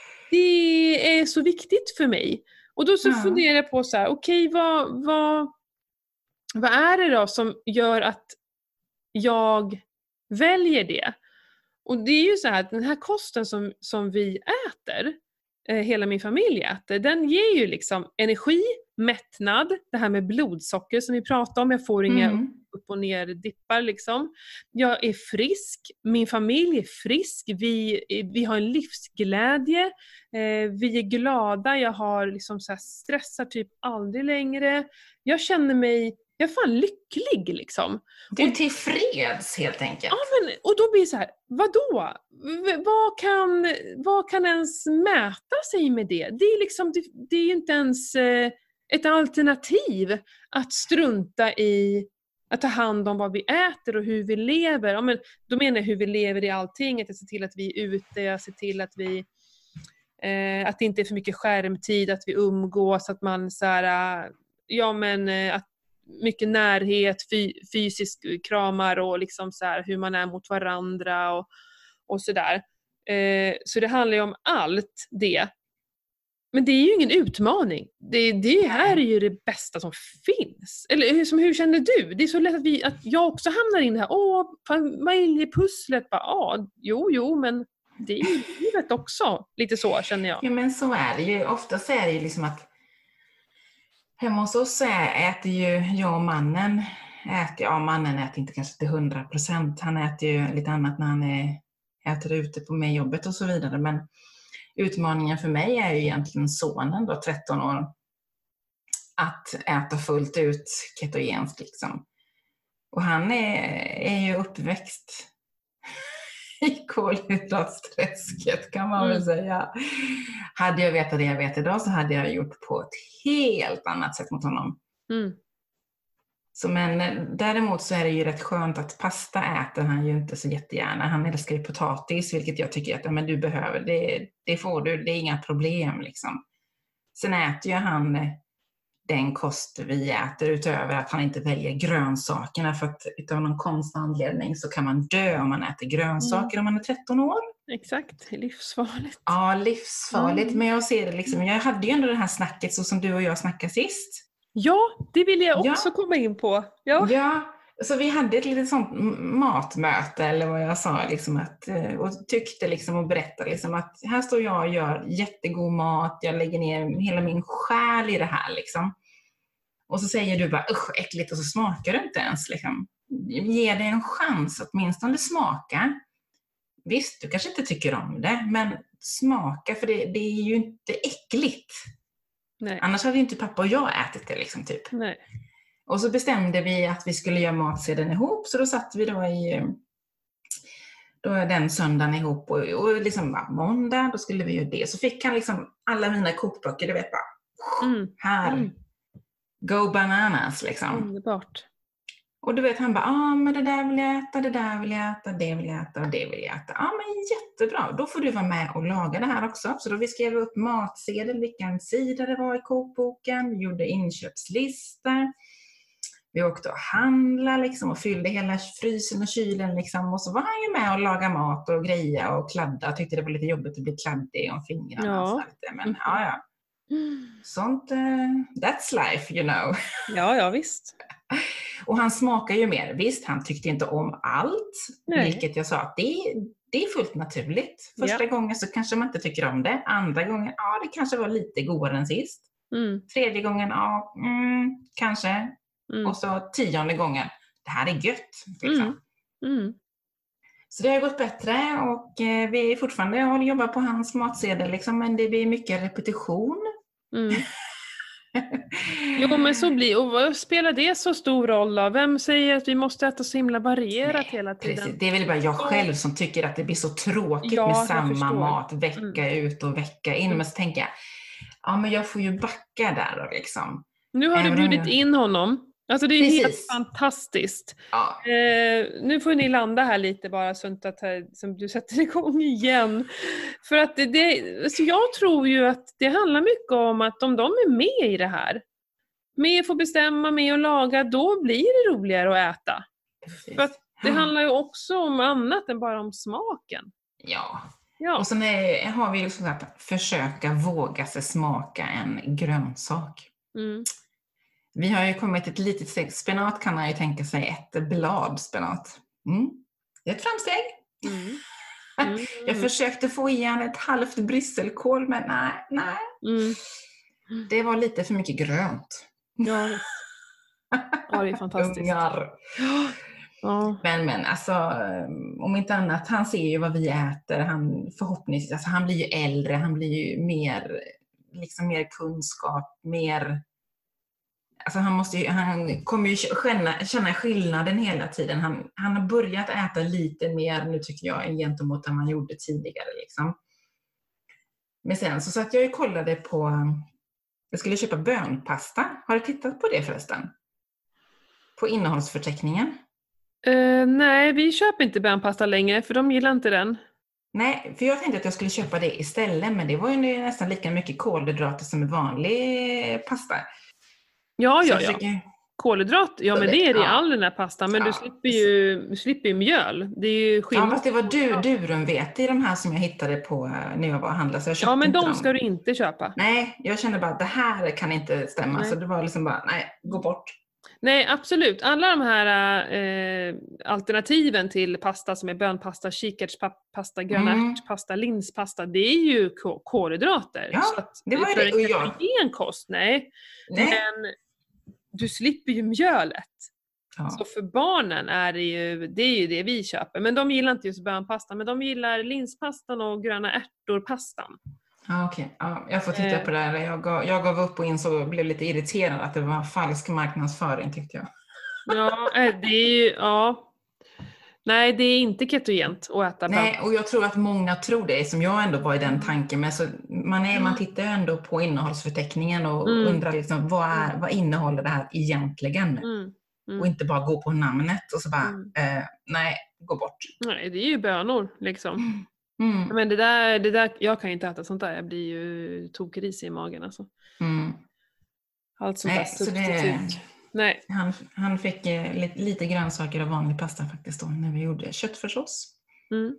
det är så viktigt för mig. Och då så ja. funderar jag på så här, okej okay, vad... vad Vad är det då som gör att jag väljer det? Och det är ju så här att den här kosten som, som vi äter, eh, hela min familj äter, den ger ju liksom energi, mättnad, det här med blodsocker som vi pratar om, jag får inga mm. upp och ner dippar liksom. Jag är frisk, min familj är frisk, vi, vi har en livsglädje, eh, vi är glada, jag har liksom så här stressar typ aldrig längre. Jag känner mig Jag är fan lycklig liksom. Du är tillfreds helt enkelt. Ja, men, och då blir det så här, vadå? V- vad, kan, vad kan ens mäta sig med det? Det är liksom, det, det är inte ens eh, ett alternativ att strunta i att ta hand om vad vi äter och hur vi lever. Ja, men, då menar jag hur vi lever i allting. Att jag ser till att vi är ute, jag ser till att vi eh, att det inte är för mycket skärmtid, att vi umgås, att man så här, ja men eh, att mycket närhet, fy, fysisk kramar och liksom så här, hur man är mot varandra och, och sådär. Eh, så det handlar ju om allt det. Men det är ju ingen utmaning. Det, det här är ju det bästa som finns. Eller som, hur känner du? Det är så lätt att, vi, att jag också hamnar in här. Åh, familjepusslet. Bara, ja, jo, jo, men det är ju livet också. Lite så känner jag. Ja, men så är det ju. Oftast är det ju liksom att hemma hos oss äter ju jag och mannen, äter, ja mannen äter inte kanske till hundra procent, han äter ju lite annat när han är, äter ute på med jobbet och så vidare, men utmaningen för mig är ju egentligen sonen då, tretton år, att äta fullt ut ketogenskt liksom. Och han är, är ju uppväxt i kolhydratsträsket kan man väl säga. Hade jag vetat det jag vet idag så hade jag gjort på ett helt annat sätt mot honom. Mm. Så men däremot så är det ju rätt skönt att pasta äter han ju inte så jättegärna. Han älskar ju potatis, vilket jag tycker att ja, men du behöver. Det, det får du, det är inga problem liksom. Sen äter ju han den kost vi äter utöver att han inte väljer grönsakerna, för att utav någon konstig anledning så kan man dö om man äter grönsaker mm. om man är tretton år. Exakt, livsfarligt. Ja, livsfarligt. Mm. Men jag ser det liksom, jag hade ju ändå det här snacket så som du och jag snackade sist. Ja, det vill jag också ja. komma in på. Ja. ja, så vi hade ett litet sånt matmöte eller vad jag sa liksom att, och tyckte liksom och berättade liksom att här står jag och gör jättegod mat, jag lägger ner hela min själ i det här liksom. Och så säger du bara usch äckligt och så smakar du inte ens liksom. Ge det en chans att åtminstone smaka. Visst, du kanske inte tycker om det, men smaka, för det, det är ju inte äckligt. Nej. Annars hade ju inte pappa och jag ätit det liksom typ. Nej. Och så bestämde vi att vi skulle göra matsedeln ihop, så då satt vi då i då den söndagen ihop och, och liksom bara, måndag, då skulle vi göra det. Så fick han liksom alla mina kokböcker, du vet bara, mm. här, mm. go bananas liksom. Underbart. Och du vet, han bara, ah, men det där vill jag äta, det där vill jag äta, det vill jag äta och det vill jag äta. Ja, ah, men jättebra. Då får du vara med och laga det här också. Så då vi skrev upp matsedel, vilken sida det var i kokboken. Vi gjorde inköpslistor. Vi åkte och handlade liksom och fyllde hela frysen och kylen liksom. Och så var han ju med och lagade mat och greja och kladda. Jag tyckte det var lite jobbigt att bli kladdig om fingrarna. Ja. Och så lite. Men ja, ja. Sånt, uh, that's life, you know. Ja, ja, visst. Och han smakar ju mer. Visst, han tyckte inte om allt. Nej. Vilket jag sa att det, det är fullt naturligt. Första ja. gången så kanske man inte tycker om det. Andra gången, ja, det kanske var lite godare än sist. Mm. Tredje gången, ja, mm, kanske. Mm. Och så tionde gången, det här är gött. Liksom. Mm. Mm. Så det har gått bättre och eh, vi är fortfarande håller jobbar på hans matsedel. Liksom, men det blir mycket repetition. Mm. Jo, men så blir, och vad spelar det så stor roll då? Vem säger att vi måste äta så himla varierat Nej, hela tiden? Precis. Det är väl bara jag själv som tycker att det blir så tråkigt ja, med samma mat vecka mm. ut och vecka in. Mm. Men så tänker jag, ja men jag får ju backa där då liksom. Nu har Även du bjudit jag... in honom. Alltså det är Precis. helt fantastiskt. Ja. Eh, nu får ni landa här lite bara så att här, som du sätter igång igen. För att det, det, alltså jag tror ju att det handlar mycket om att om de är med i det här, med får bestämma, med och laga, då blir det roligare att äta. Precis. För att det handlar ju också om annat än bara om smaken. Ja. Ja. Och sen är, har vi ju liksom att försöka våga sig smaka en grönsak. Mm. Vi har ju kommit ett litet steg. Spenat kan man ju tänka sig ett blad spenat. Mm. Det är ett framsteg. Mm. Mm. Jag försökte få igen ett halvt brysselkål, men nej, nej. Mm. Det var lite för mycket grönt. Ja, ja det är fantastiskt. Ungar. Ja. Men, men alltså, om inte annat, han ser ju vad vi äter. Han förhoppningsvis, alltså, han blir ju äldre, han blir ju mer, liksom mer kunskap, mer... Alltså han, måste ju, han kommer ju känna, känna skillnaden hela tiden. Han, han har börjat äta lite mer nu tycker jag än gentemot vad man gjorde tidigare. Liksom. Men sen så satt jag och kollade på, jag skulle köpa bönpasta. Har du tittat på det förresten? På innehållsförteckningen? Uh, nej, vi köper inte bönpasta längre för de gillar inte den. Nej, för jag tänkte att jag skulle köpa det istället, men det var ju nästan lika mycket kolhydrater som en vanlig pasta. Ja, så ja, ja. Försöker... Kolhydrat, ja men det är det i ja. all den här pastan, men ja. du slipper ju, du slipper ju mjöl. Det är ju skillnad. Ja, fast det var du, durumvete i de här som jag hittade på när jag var och handlade. Så jag ja, men de dem. ska du inte köpa. Nej, jag kände bara att det här kan inte stämma. Nej. Så det var liksom bara, nej, gå bort. Nej, absolut. Alla de här eh, alternativen till pasta som är bönpasta, kikärtspasta, gröna mm. ärtpasta, linspasta, det är ju k- kolhydrater. Ja, så att, det var ju det. Och jag... en kost, nej. nej. Men du slipper ju mjölet. Ja. Så för barnen är det ju det, är ju det vi köper. Men de gillar inte just bönpasta, men de gillar linspastan och gröna ärtor-pastan. Ja, okej. Okay. Ja, jag får titta eh. på det här. Jag gav, jag gav upp och insåg och blev lite irriterad att det var falsk marknadsföring tyckte jag. Ja, det är ju, ja. Nej, det är inte ketogent att äta. Nej, och jag tror att många tror det, som jag ändå var i den tanken. Men så man, är, man tittar ju ändå på innehållsförteckningen och mm. undrar liksom, vad, är, vad innehåller det här egentligen? Mm. Mm. Och inte bara gå på namnet och så bara, mm. eh, nej, gå bort. Nej, det är ju bönor liksom. Mm. Men det där, det där, jag kan ju inte äta sånt där, jag blir ju tokris i magen alltså. Mm. Allt sånt där substitut. Nej. Han, han fick eh, lite, lite grönsaker och vanlig pasta faktiskt då när vi gjorde köttfärssås. Mm.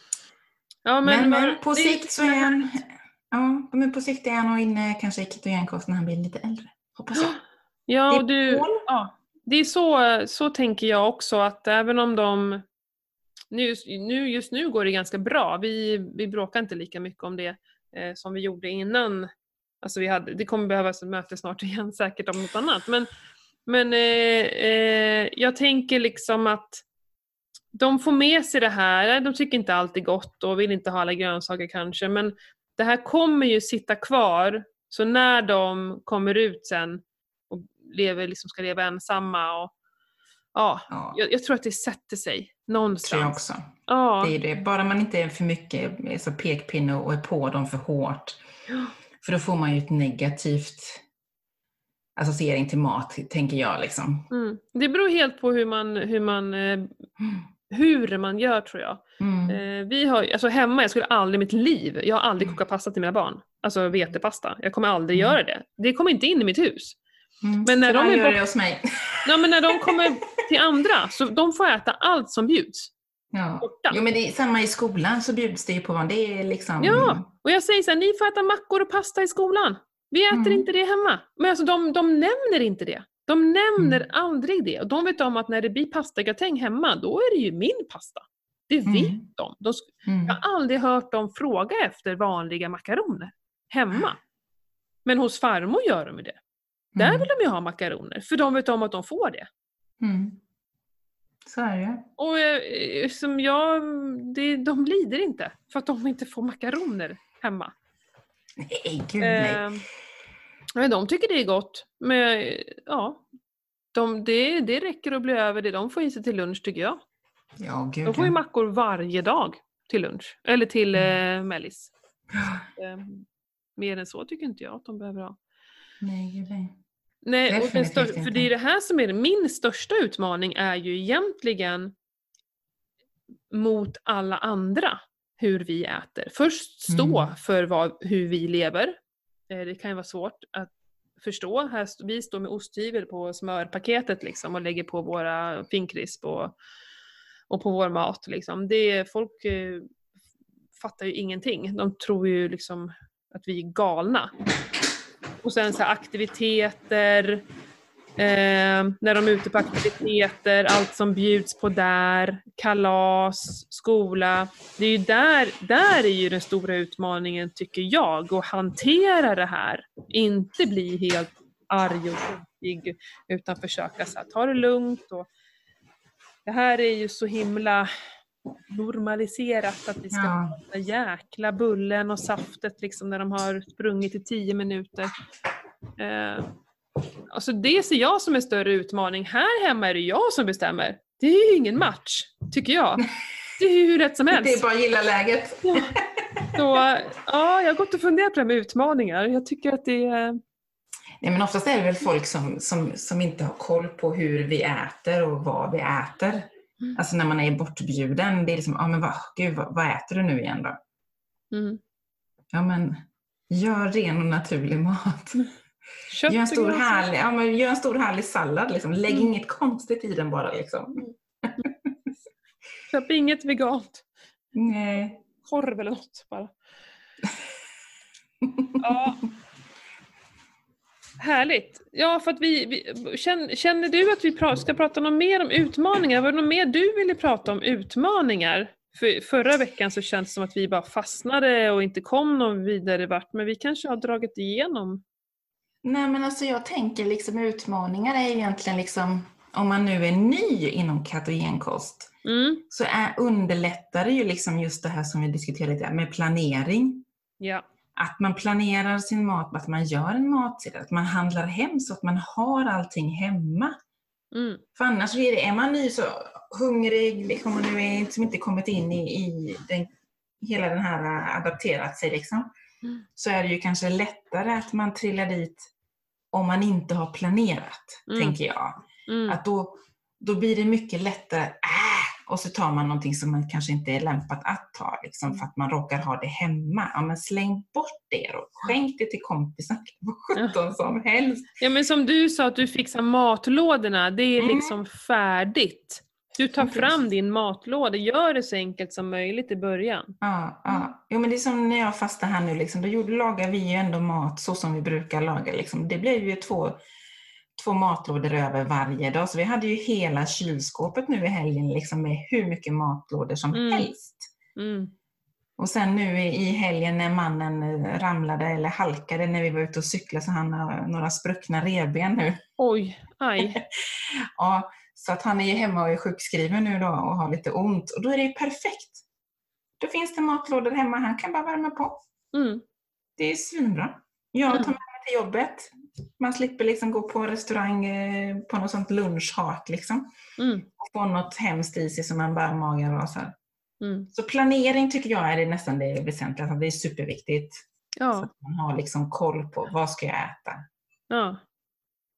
Ja, men, men, men men på sikt så är han ja, men på sikt är han nog inne kanske i ketogenkost när han blir lite äldre. Hoppas jag. Ja, och du, ja, det är så, så tänker jag också att även om de nu, nu just nu går det ganska bra. Vi, vi bråkar inte lika mycket om det eh, som vi gjorde innan. Alltså vi hade, det kommer behövas ett möte snart igen säkert om något annat. Men Men eh, eh, jag tänker liksom att de får med sig det här. De tycker inte allt är gott och vill inte ha alla grönsaker kanske. Men det här kommer ju sitta kvar. Så när de kommer ut sen och lever, liksom ska leva ensamma. Och, ja, ja. Jag, jag tror att det sätter sig någonstans. Tror jag också. Ja. Det är det. Bara man inte är för mycket så pekpinne och är på dem för hårt. Ja. För då får man ju ett negativt... associering till mat, tänker jag liksom. Mm. Det beror helt på hur man, hur man, eh, hur man gör, tror jag. Mm. Eh, vi har, alltså hemma, jag skulle aldrig i mitt liv, jag har aldrig kokat pasta till mina barn. Alltså vetepasta. Jag kommer aldrig Mm. göra det. Det kommer inte in i mitt hus. Mm. Men när Så de där är gör bort... det hos mig. Ja, men när de kommer till andra, så de får äta allt som bjuds. Ja. Borta. Jo, men det är samma i skolan, så bjuds det ju på vad det är liksom. Ja, och jag säger så här, ni får äta mackor och pasta i skolan. Vi äter Mm. inte det hemma. Men alltså de, de nämner inte det. De nämner Mm. aldrig det. Och de vet om att när det blir pastagratäng hemma, då är det ju min pasta. Det vet Mm. de. de sk- Mm. Jag har aldrig hört dem fråga efter vanliga makaroner hemma. Men hos farmor gör de ju det. Där Mm. vill de ju ha makaroner. För de vet om att de får det. Mm. Så är det. Och eh, som jag, det, de lider inte. För att de inte får makaroner hemma. Nej, gud nej. Eh, men de tycker det är gott. Men ja, de, det, det räcker att bli över det. De får i sig till lunch, tycker jag. Ja, gud. De får ju ja. mackor varje dag till lunch. Eller till eh, mellis. Eh, mer än så tycker inte jag att de behöver ha. Nej, gud nej. Nej, och den Definitivt stör, inte. för det är det här som är min största utmaning, är ju egentligen mot alla andra hur vi äter. Först stå Mm. för vad, hur vi lever. Eh, det kan ju vara svårt att förstå. Här, st- vi står med osthyvel på smörpaketet liksom, och lägger på våra finkrisp och, och på vår mat. Liksom. Det, folk eh, fattar ju ingenting. De tror ju liksom att vi är galna. Och sen så här aktiviteter, eh, när de är ute på aktiviteter, allt som bjuds på där, kalas, skola. Det är ju där, där är ju den stora utmaningen, tycker jag, att hantera det här. Inte bli helt arg och tokig, utan försöka så här, ta det lugnt. Och det här är ju så himla normaliserat att vi ska Ja. ha den jäkla bullen och saftet liksom när de har sprungit i tio minuter. Eh, alltså det ser jag som en större utmaning. Här hemma är det jag som bestämmer. Det är ju ingen match, tycker jag. Det är ju hur rätt som helst. Det är bara att gilla läget. Ja. Så ja, jag har gått och funderat på det med utmaningar. Jag tycker att det är... Nej, men oftast är det väl folk som, som, som inte har koll på hur vi äter och vad vi äter. Mm. Alltså när man är bortbjuden, det är liksom, ja men vad, gud, vad, vad äter du nu igen då? Mm. Ja men, gör ren och naturlig mat. Kött Gör en stor och grönsaker. härlig, ja, men gör en stor härlig sallad liksom. Lägg Mm. inget konstigt i den bara liksom. Köp inget vegant. Nej. Korv eller något bara. Ja. Härligt. Ja, för att vi, vi känner, känner du att vi pra, ska prata något mer om utmaningar? Var det något mer du ville prata om utmaningar? För, förra veckan så känns det som att vi bara fastnade och inte kom någon vidare vart. Men vi kanske har dragit igenom. Nej men alltså jag tänker liksom utmaningar är egentligen liksom, om man nu är ny inom ketogenkost, Mm. så är, underlättar det ju liksom just det här som vi diskuterade lite med planering. Ja. Att man planerar sin mat, att man gör en matsida, att man handlar hem så att man har allting hemma. Mm. För annars är, det, är man ny så hungrig, liksom, och nu är liksom inte kommit in i, i den, hela den här adapterat sig liksom. Mm. Så är det ju kanske lättare att man trillar dit om man inte har planerat, Mm. tänker jag. Mm. Att då, då blir det mycket lättare, äh, och så tar man någonting som man kanske inte är lämpat att ta, liksom, för att man råkar ha det hemma. Ja, men släng bort det och skänk det till kompisar, vad sjutton som helst. Ja, men som du sa att du fixar matlådorna, det är Mm. liksom färdigt. Du tar Precis. fram din matlåda, gör det så enkelt som möjligt i början. Ja, ja. Jo, men det är som när jag fastar här nu, liksom, då gjorde, lagar vi ju ändå mat så som vi brukar laga. Liksom. Det blev ju två, två matlådor över varje dag. Så vi hade ju hela kylskåpet nu i helgen liksom, med hur mycket matlådor som Mm. helst. Mm. Och sen nu i, i helgen när mannen ramlade eller halkade när vi var ute och cyklade, så han har några spruckna revben nu. Oj, aj. Ja, så att han är hemma och är sjukskriven nu då och har lite ont. Och då är det ju perfekt. Då finns det matlådor hemma, han kan bara värma på. Mm. Det är svinbra. Jag tar Mm. med mig till jobbet. Man slipper liksom gå på restaurang eh, på något sånt lunchhak liksom. Mm. Och få något hemskt i sig som man bara magen rasar. Mm. Så planering tycker jag är det nästan det väsentliga. Det är superviktigt. Så Ja, att man har liksom koll på vad ska jag äta. ja.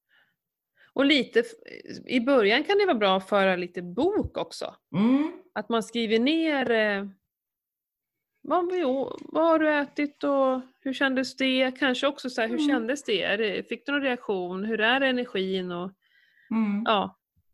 Och lite, i början kan det vara bra att föra lite bok också. Mm. Att man skriver ner eh, vad, jo, vad har du ätit och hur kändes det? Kanske också så här, hur Mm. kändes det? Är det? Fick du någon reaktion? Hur är energin? Och, Mm. ja.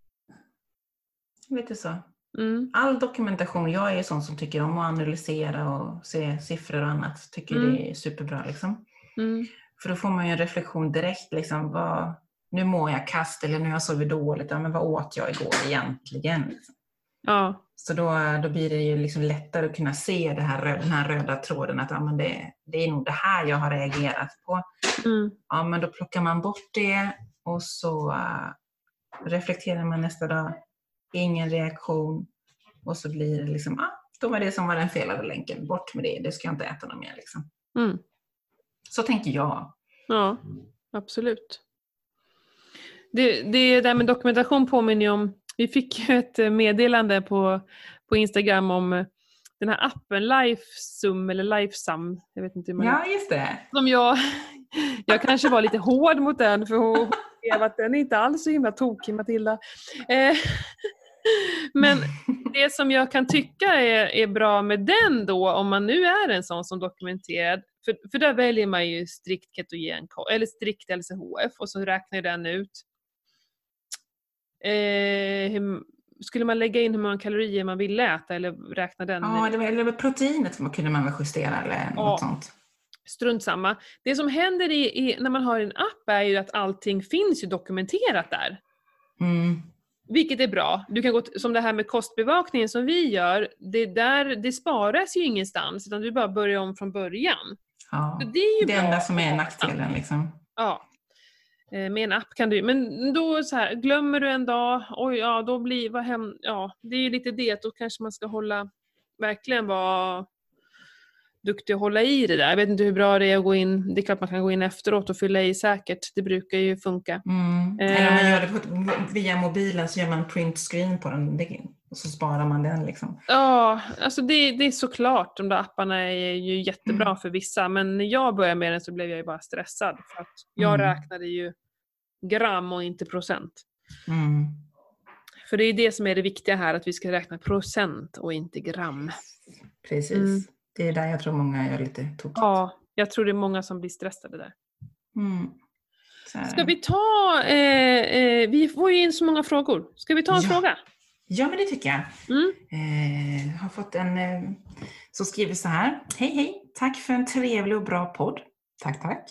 Lite så. Mm. All dokumentation, jag är sån som tycker om att analysera och se siffror och annat. Tycker Mm. det är superbra liksom. Mm. För då får man ju en reflektion direkt liksom. Vad, nu mår jag kast eller nu har jag sovit dåligt. Ja, men vad åt jag igår egentligen? Liksom. Ja. Så då, då blir det ju liksom lättare att kunna se det här, den här röda tråden. Att ja, men det, det är nog det här jag har reagerat på. Mm. Ja, men då plockar man bort det. Och så uh, reflekterar man nästa dag. Ingen reaktion. Och så blir det liksom, ah, då var det som var den felade länken. Bort med det, det ska jag inte äta något mer liksom. Mm. Så tänker jag. Ja, absolut. Det, det där med dokumentation påminner om, vi fick ju ett meddelande på, på Instagram om den här appen Lifesum eller Lifesum, jag vet inte hur man... Ja, just det. Som jag, jag kanske var lite hård mot den, för hon skrev att den är inte alls så himla tokig, Matilda. Eh, men det som jag kan tycka är, är bra med den då, om man nu är en sån som dokumenterad, för, för där väljer man ju strikt ketogen eller strikt L C H F och så räknar den ut. Eh, hur, skulle man lägga in hur många kalorier man vill äta eller räkna den? Ja, det var, eller proteinet kunde man väl justera eller ja, något sånt. Strunt samma. Det som händer i, i, när man har en app är ju att allting finns ju dokumenterat där. Mm. Vilket är bra. Du kan gå t- som det här med kostbevakningen som vi gör. Det, där, det sparas ju ingenstans, utan du bara börjar om från början. Ja. Så det är ju det bra. enda som är nackdelen liksom. Ja. Eh, med en app kan du, men då så här, glömmer du en dag, oj ja, då blir, vad hem, ja, det är ju lite det, då kanske man ska hålla, verkligen vara duktig att hålla i det där. Jag vet inte hur bra det är att gå in, det är klart man kan gå in efteråt och fylla i säkert, det brukar ju funka. Mm. Eller om man gör det på, via mobilen så gör man print screen på den och så sparar man den liksom. Ja, alltså det, det är såklart, de där apparna är ju jättebra Mm. för vissa, men när jag började med den så blev jag ju bara stressad för att jag Mm. räknade ju gram och inte procent. Mm. För det är det som är det viktiga här, att vi ska räkna procent och inte gram. Precis. Mm. Det är där jag tror många gör lite tokigt. Ja, jag tror det är många som blir stressade där. Mm. Så här. Ska vi ta, eh, eh, vi får ju in så många frågor. Ska vi ta en Ja. fråga? Ja, men det tycker jag. Mm. Eh, har fått en eh, som skriver så här. Hej, hej. Tack för en trevlig och bra podd. Tack, tack.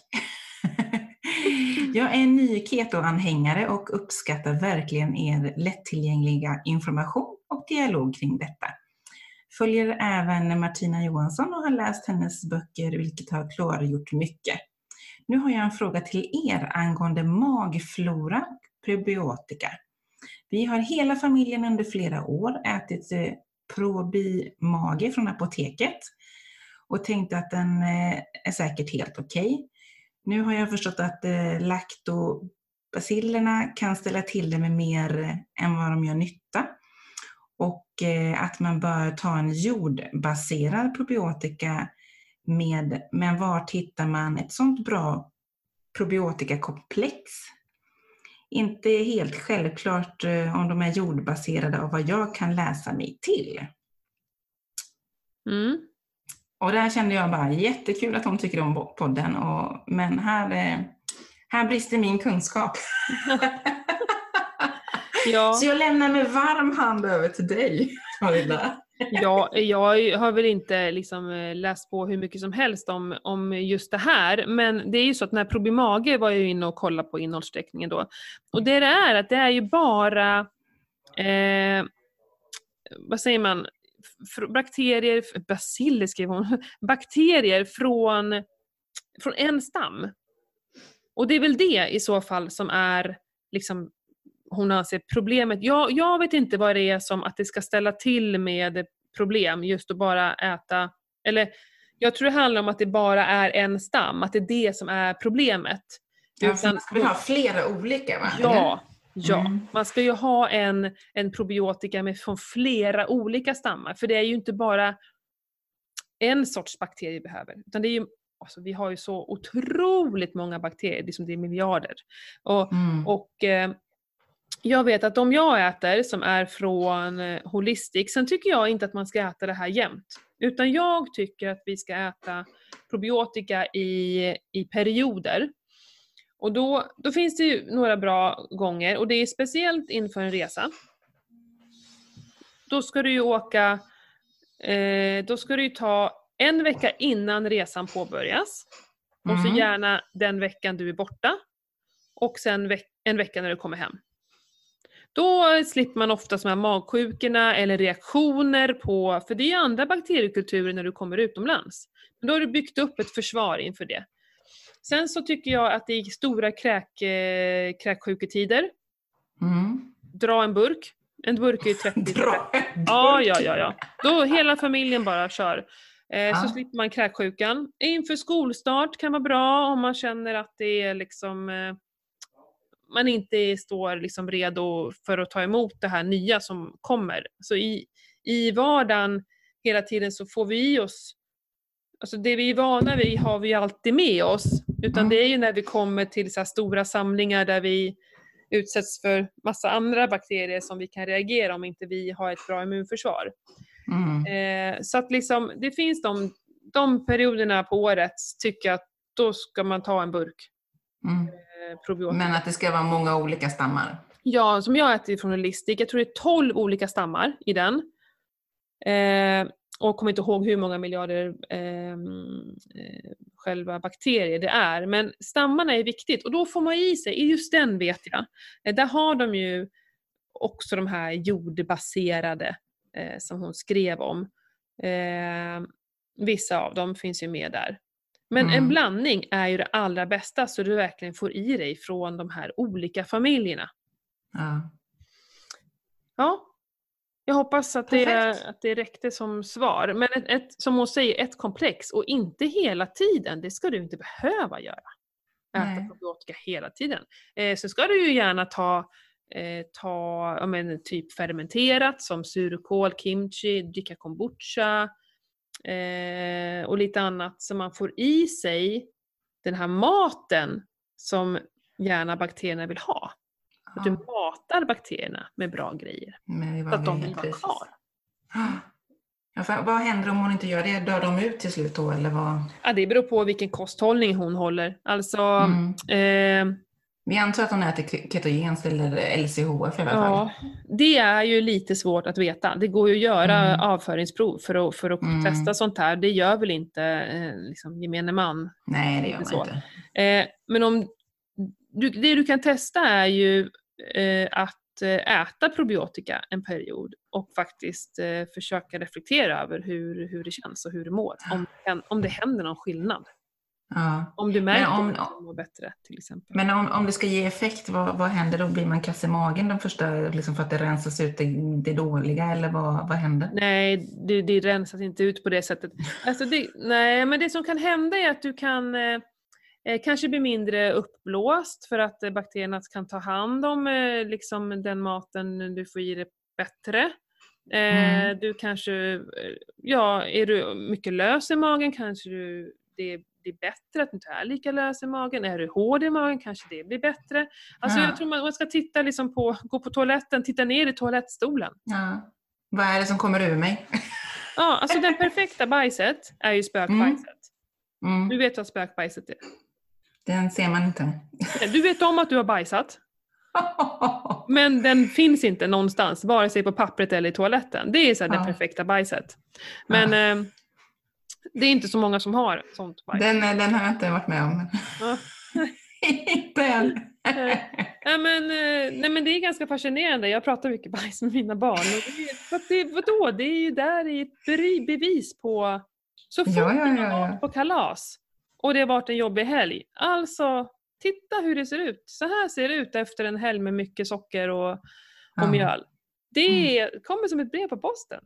Jag är en ny keto-anhängare och uppskattar verkligen er lättillgängliga information och dialog kring detta. Följer även Martina Johansson och har läst hennes böcker, vilket har klargjort mycket. Nu har jag en fråga till er angående magflora och probiotika. Vi har hela familjen under flera år ätit eh, Probi-mage från apoteket och tänkte att den eh, är säkert helt okej. Nu har jag förstått att eh, laktobacillerna kan ställa till det med mer eh, än vad de gör nytta. Och eh, att man bör ta en jordbaserad probiotika med, men var hittar man ett sånt bra probiotikakomplex? Inte helt självklart eh, om de är jordbaserade av vad jag kan läsa mig till. Mm. Och där kände jag bara jättekul att de tycker om podden. Och, men här, eh, här brister min kunskap. Ja. Så jag lämnar med varm hand över till dig, Marina. Ja, jag har väl inte liksom läst på hur mycket som helst om, om just det här, men det är ju så att när Probimage var jag ju inne och kollade på innehållsförteckningen då. Och det det är att det är ju bara eh, vad säger man, bakterier, baciller skriver hon, bakterier från, från en stam. Och det är väl det i så fall som är liksom, hon anser problemet. Jag, jag vet inte vad det är som att det ska ställa till med problem just att bara äta, eller jag tror det handlar om att det bara är en stam, att det är det som är problemet. Ja, Utan, man ska väl ha flera olika, va? ja, ja. Mm. Man ska ju ha en, en probiotika med från flera olika stammar, för det är ju inte bara en sorts bakterier vi behöver, utan det är ju, alltså, vi har ju så otroligt många bakterier, liksom det är miljarder. Och, Mm. och eh, jag vet att de jag äter som är från Holistic, sen tycker jag inte att man ska äta det här jämt. Utan jag tycker att vi ska äta probiotika i, i perioder. Och då, då finns det ju några bra gånger, och det är speciellt inför en resa. Då ska du ju åka, eh, då ska du ju ta en vecka innan resan påbörjas. Mm. Och så gärna den veckan du är borta. Och sen veck- en vecka när du kommer hem. Då slipper man ofta de här magsjukorna eller reaktioner på, för det är ju andra bakteriekulturer när du kommer utomlands. Men då har du byggt upp ett försvar inför det. Sen så tycker jag att det är stora kräk, eh, kräksjuketider. Mm. Dra en burk. En burk är ju trettio. Dra en burk. Ja, ja, ja, ja. Då hela familjen bara kör. Eh, ja. Så slipper man kräksjukan. Inför skolstart kan vara bra om man känner att det är liksom... Eh, man inte står liksom redo för att ta emot det här nya som kommer. Så i, i vardagen hela tiden så får vi i oss, alltså det vi är vana vid har vi alltid med oss. Utan mm. det är ju när vi kommer till så här stora samlingar där vi utsätts för massa andra bakterier som vi kan reagera om inte vi har ett bra immunförsvar. Mm. Eh, så att liksom, det finns de, de perioderna på året tycker jag att då ska man ta en burk. Mm. Men att det ska vara många olika stammar. Ja, som jag äter från Holistic. Jag tror det är tolv olika stammar i den. Eh, och kommer inte ihåg hur många miljarder eh, eh, själva bakterier det är. Men stammarna är viktigt. Och då får man i sig, just den vet jag. Eh, där har de ju också de här jordbaserade eh, som hon skrev om. Eh, vissa av dem finns ju med där. Men mm. en blandning är ju det allra bästa så du verkligen får i dig från de här olika familjerna. Ja. Ja. Jag hoppas att det, att det räckte som svar. Men ett, ett, som hon säger, ett komplex. Och inte hela tiden. Det ska du inte behöva göra. Äta Nej. probiotika hela tiden. Eh, så ska du ju gärna ta, eh, ta ja, men, typ fermenterat som surkål, kimchi, dricka kombucha. Eh, och lite annat så man får i sig den här maten som gärna bakterierna vill ha. Ja. Att du matar bakterierna med bra grejer. Så att de vill vara kvar. Ja, för, vad händer om hon inte gör det? Dör de ut till slut då? Eller vad? Ja, det beror på vilken kosthållning hon håller. Alltså... Mm. Eh, Vi antar att hon äter ketogens eller L C H F i alla fall. Ja, det är ju lite svårt att veta. Det går ju att göra mm. avföringsprov för att, för att mm. testa sånt här. Det gör väl inte eh, liksom, gemene man. Nej, det gör man så. inte. Eh, men om du, det du kan testa är ju eh, att äta probiotika en period och faktiskt eh, försöka reflektera över hur, hur det känns och hur det mår. Om, om det händer någon skillnad. Ja. Om du märker om, att du mår bättre till exempel. Men om, om det ska ge effekt, vad, vad händer då? Blir man kass i magen de första, liksom för att det rensas ut det, det dåliga eller vad, vad händer? Nej, det, det rensas inte ut på det sättet. Alltså det, nej, men det som kan hända är att du kan eh, kanske bli mindre uppblåst för att eh, bakterierna kan ta hand om eh, liksom den maten du får i dig bättre. Eh, mm. Du kanske, ja, är du mycket lös i magen kanske du, det det är bättre att du inte är lika lös i magen. Är du hård i magen kanske det blir bättre. Alltså ja. Jag tror man, man ska titta liksom på, gå på toaletten, titta ner i toalettstolen. Ja. Vad är det som kommer ur mig? Ja, alltså den perfekta bajset är ju spökbajset. Mm. Mm. Du vet vad spökbajset är. Den ser man inte. Du vet om att du har bajsat. Men den finns inte någonstans, vare sig på pappret eller i toaletten. Det är så här ja. Den perfekta bajset. Men... Ja. Eh, det är inte så många som har sånt bajs. Den, den har jag inte varit med om. Ja. Inte än. nej, men, nej men det är ganska fascinerande. Jag pratar mycket bajs med mina barn. Och det, för det, vadå? Det är ju där i ett bevis på så fort ja, ja, ja, ja. man varit på kalas. Och det har varit en jobbig helg. Alltså, titta hur det ser ut. Så här ser det ut efter en helg med mycket socker och, och ja. mjöl. Det mm. kommer som ett brev på posten.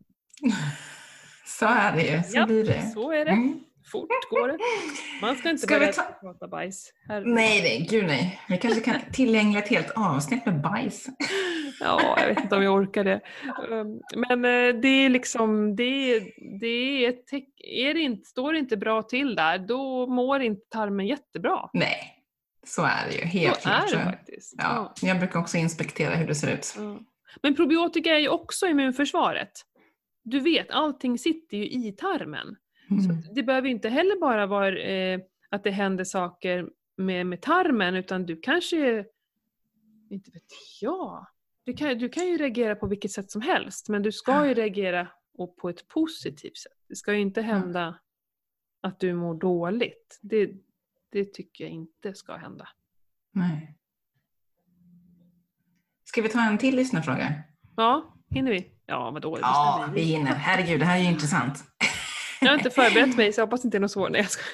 Så är det ju, så ja, blir det. Så är det. Mm. Fort går det. Man ska inte ska börja ta... prata bajs. Här. Nej, nej, gud nej. Vi kanske kan tillägna ett helt avsnitt med bajs. Ja, jag vet inte om jag orkar det. Men det är liksom, det är, det är, ett teck... är det inte, står det inte bra till där, då mår inte tarmen jättebra. Nej, Så är det ju, helt Så är klart. det faktiskt. Ja, jag brukar också inspektera hur det ser ut. Ja. Men probiotika är ju också immunförsvaret. Du vet, allting sitter ju i tarmen. Mm. Så det behöver inte heller bara vara eh, att det händer saker med, med tarmen, utan du kanske, inte vet jag, du kan, du kan ju reagera på vilket sätt som helst, men du ska ju reagera och på ett positivt sätt. Det ska ju inte hända mm. att du mår dåligt. Det, det tycker jag inte ska hända. Nej. Ska vi ta en till lyssnarfråga? Ja, hinner vi? Ja, vadå? Det ja, vi hinner. Herregud, det här är ju intressant. Jag har inte förberett mig, så jag hoppas inte det är något svårt. Nej, jag ska...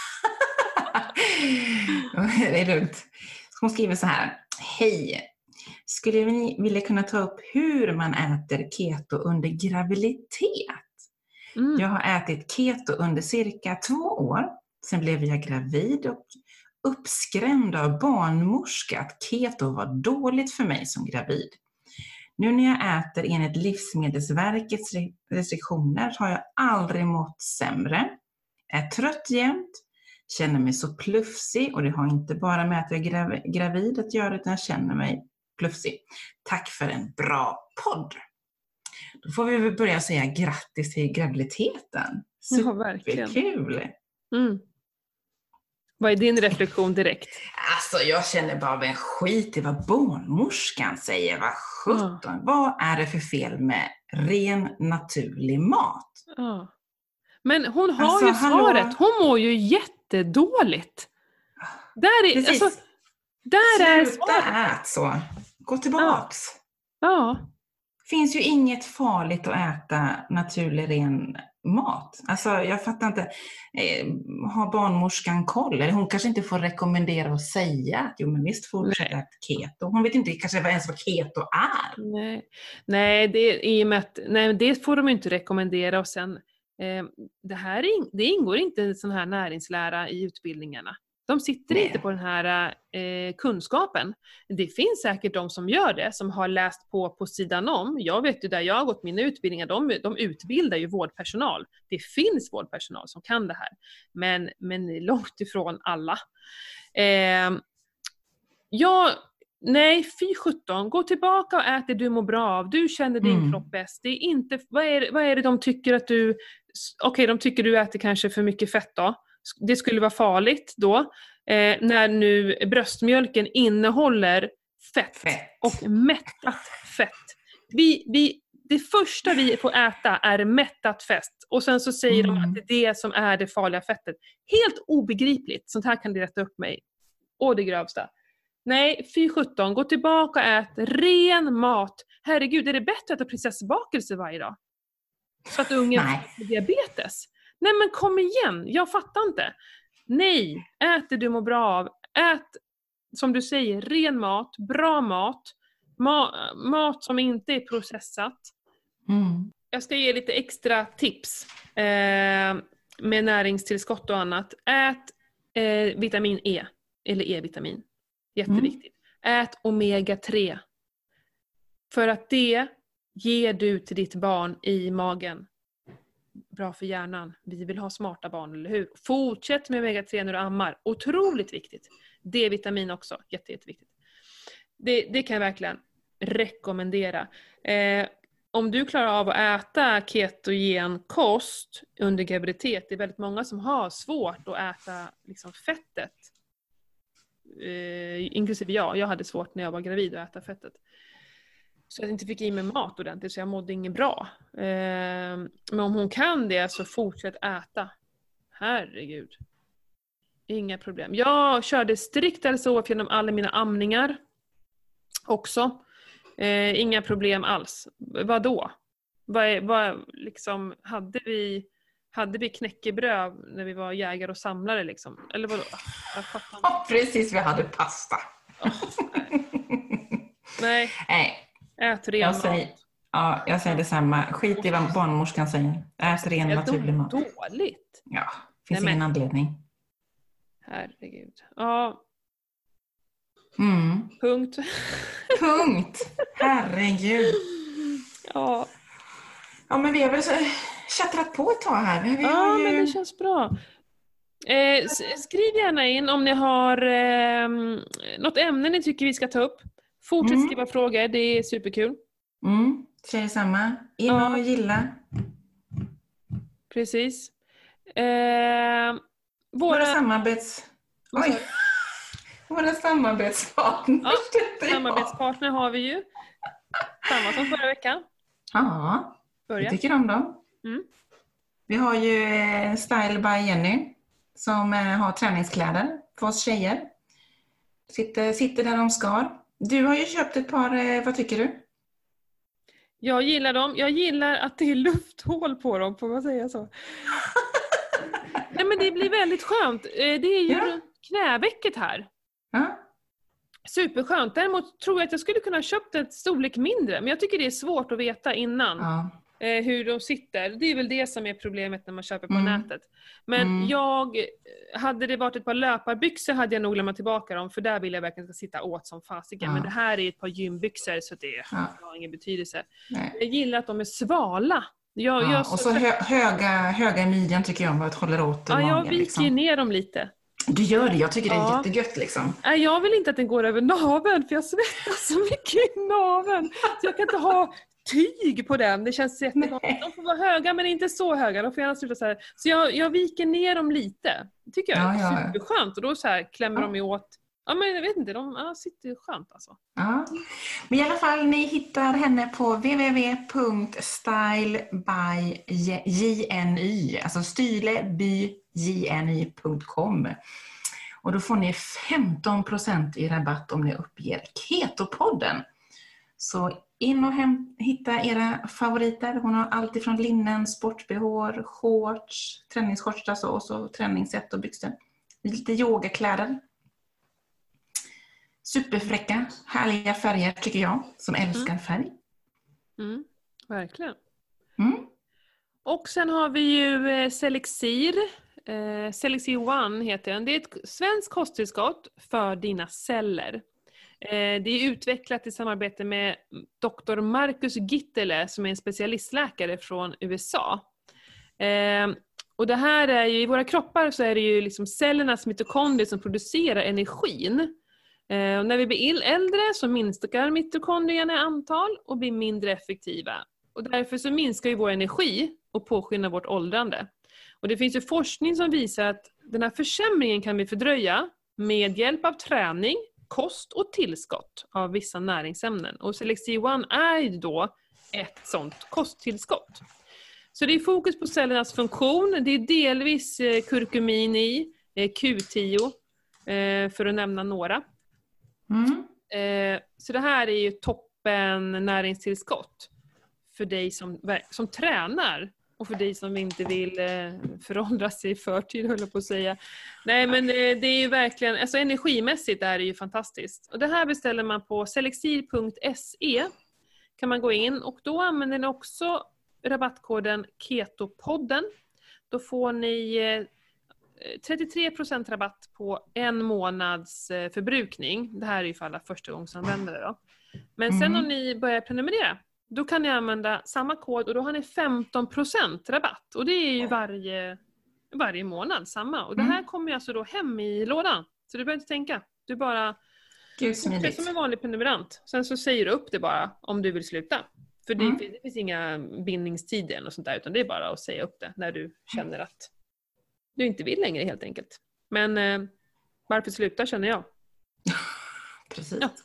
Det är lugnt. Hon skriver så här. Hej! Skulle ni vilja kunna ta upp hur man äter keto under graviditet? Mm. Jag har ätit keto under cirka två år. Sen blev jag gravid och uppskrämd av barnmorska att keto var dåligt för mig som gravid. Nu när jag äter enligt Livsmedelsverkets restriktioner har jag aldrig mått sämre. Är trött jämt, känner mig så plufsig, och det har inte bara med att jag är grav- gravid att göra, utan jag känner mig plufsig. Tack för en bra podd. Då får vi väl börja säga grattis till graviditeten. Ja, verkligen. Superkul. Mm. Vad är din reflektion direkt? Alltså jag känner bara en skit i vad barnmorskan säger. Vad sjutton. Ja. Vad är det för fel med ren naturlig mat? Ja. Men hon har alltså, ju svaret. Hon mår ju jättedåligt. Där är, alltså, där Sluta är ät så. Gå tillbaks. Ja. ja. Finns ju inget farligt att äta naturlig ren mat. Alltså jag fattar inte. Eh, har barnmorskan koll? Eller hon kanske inte får rekommendera och säga att jo men visst fortsätt äta keto. Hon vet inte kanske vad ens vad keto är. Nej, nej, det, i och med att, nej det får de inte rekommendera. Och sen, eh, det här in, det ingår inte en sån här näringslära i utbildningarna. De sitter Nej. inte på den här eh, kunskapen. Det finns säkert de som gör det, som har läst på på sidan om. Jag vet ju där jag har gått mina utbildningar, de, de utbildar ju vårdpersonal. Det finns vårdpersonal som kan det här. Men, men långt ifrån alla. Eh, ja, nej, fy sjutton. Gå tillbaka och ät det du mår bra av. Du känner din mm. kropp bäst. Det är inte, vad, är, vad är det de tycker att du... Okej, okay, de tycker du äter kanske för mycket fett då. Det skulle vara farligt då, eh, när nu bröstmjölken innehåller fett, fett. och mättat fett. Vi, vi, det första vi får äta är mättat fett. Och sen så säger mm. de att det är det som är det farliga fettet. Helt obegripligt. Sånt här kan det rätta upp mig. Och det grövsta. Nej, fy sjutton. Gå tillbaka och ät ren mat. Herregud, är det bättre att äta prinsessbakelse varje dag? Så att ungen får diabetes? Nej men kom igen, jag fattar inte. Nej, ät det du mår bra av. Ät, som du säger, ren mat, bra mat. Ma- mat som inte är processat. Mm. Jag ska ge lite extra tips eh, med näringstillskott och annat. Ät eh, vitamin E, eller E-vitamin. Jätteviktigt. Mm. Ät omega tre. För att det ger du till ditt barn i magen. Bra för hjärnan. Vi vill ha smarta barn, eller hur? Fortsätt med omega tre när du ammar. Otroligt viktigt. D-vitamin också. Jätte, jätteviktigt. Det, det kan jag verkligen rekommendera. Eh, om du klarar av att äta ketogen kost under graviditet. Det är väldigt många som har svårt att äta liksom, fettet. Eh, inklusive jag. Jag hade svårt när jag var gravid att äta fettet. Så jag inte fick i mig mat ordentligt, så jag mådde inget bra. Eh, men om hon kan det, så fortsätt äta. Herregud. Inga problem. Jag körde strikt L C O F genom alla mina amningar. Också. Eh, inga problem alls. Vadå? Vad, vad, liksom, hade vi... Hade vi knäckebröd när vi var jägare och samlare liksom? Eller vadå? Ja, precis, vi hade pasta. Oh, nej. nej. nej. Ät ren jag säger, mat. Ja, jag säger detsamma. Skit i vad barnmorskan säger. Ät ren naturlig mat. Dåligt. Ja, finns nej, ingen men... anledning. Herregud. Ja. Mm. Punkt. Punkt. Herregud. Ja. Ja, men vi har väl så... chattrat på ett tag här. Vi ja, har ju... men det känns bra. Eh, skriv gärna in om ni har eh, något ämne ni tycker vi ska ta upp. Fortsätt Mm. skriva frågor, det är superkul. Mm, säger samma. In Ja. och gilla. Precis. Eh, Våra våra samarbets... Vad sa Oj. du? Våra samarbetspartners. Ja, heter jag. samarbetspartner har vi ju. Samma som förra veckan. Ja, vi Börja. tycker om dem. Mm. Vi har ju eh, Style by Jenny som eh, har träningskläder för oss tjejer. Sitter, sitter där de ska. Du har ju köpt ett par, eh, vad tycker du? Jag gillar dem. Jag gillar att det är lufthål på dem, får man säga så. Nej, men det blir väldigt skönt. Eh, Det är ju Ja. runt knävecket här. Ja, Superskönt. Däremot tror jag att jag skulle kunna ha köpt ett storlek mindre. Men jag tycker det är svårt att veta innan ja. eh, hur de sitter. Det är väl det som är problemet när man köper på Mm. nätet. Men Mm. jag, hade det varit ett par löparbyxor hade jag nog lämnat tillbaka dem. För där vill jag verkligen ska sitta åt som fasiken. Ja. Men det här är ett par gymbyxor så det Ja. har ingen betydelse. Nej. Jag gillar att de är svala. Jag, Ja, jag, och så hö, höga, höga i midjan tycker jag, att håller åt ja, jag magen. viker Liksom. ner dem lite. Du gör det, jag tycker det är Ja. jättegött liksom. Nej, jag vill inte att den går över naveln för jag svettas så mycket i naveln. Så jag kan inte ha tyg på den. Det känns jättekonstigt. De får vara höga men inte så höga. De får gärna sluta så här. Så jag, jag viker ner dem lite. Det tycker jag är Ja, ja, ja. superskönt. Och då så här klämmer Ja. de ju åt. Ja, men jag vet inte. De ja, sitter skönt alltså. Ja. Men i alla fall, ni hittar henne på w w w punkt style by jny, alltså stylebyyny punkt com. Och då får ni femton procent i rabatt om ni uppger Keto-podden. Så in och hem, hitta era favoriter. Hon har allt ifrån linnen, sport-bh, shorts, träningsshorts alltså, och så träningsset och byxor. Lite yogakläder. Superfräcka, härliga färger tycker jag, som älskar färg. Mm, verkligen. Mm. Och sen har vi ju eh, Selexir. Eh, Selexir One heter den. Det är ett svenskt kosttillskott för dina celler. Eh, det är utvecklat i samarbete med doktor Marcus Gittele som är en specialistläkare från U S A. Eh, och det här är ju, i våra kroppar så är det ju liksom cellernas mitokondrier som producerar energin. Eh, och när vi blir äldre så minskar mitokondrierna i antal och blir mindre effektiva. Och därför så minskar ju vår energi och påskyndar vårt åldrande. Och det finns ju forskning som visar att den här försämringen kan vi fördröja med hjälp av träning, kost och tillskott av vissa näringsämnen. Och Selexir One är ju då ett sånt kosttillskott. Så det är fokus på cellernas funktion. Det är delvis kurkumin i, Q tio för att nämna några. Mm. Så det här är ju toppen näringstillskott för dig som, som tränar och för dig som inte vill föråldra sig i förtid, höll jag på att säga. Nej, men det är ju verkligen, alltså energimässigt är det ju fantastiskt. Och det här beställer man på selexir punkt se, kan man gå in och då använder ni också rabattkoden Ketopodden. Då får ni trettiotre procent rabatt på en månads förbrukning. Det här är ju för alla förstagångsanvändare då. Men sen Mm. om ni börjar prenumerera, då kan ni använda samma kod och då har ni femton procent rabatt. Och det är ju varje, varje månad samma. Och det här kommer ju alltså då hem i lådan. Så du behöver inte tänka. Du bara Gud, fortsätter smidigt. som en vanlig prenumerant. Sen så säger du upp det bara om du vill sluta. För det, Mm. det finns inga bindningstider eller sånt där, utan det är bara att säga upp det när du känner att du inte vill längre helt enkelt. Men eh, varför sluta, känner jag. Precis. Ja.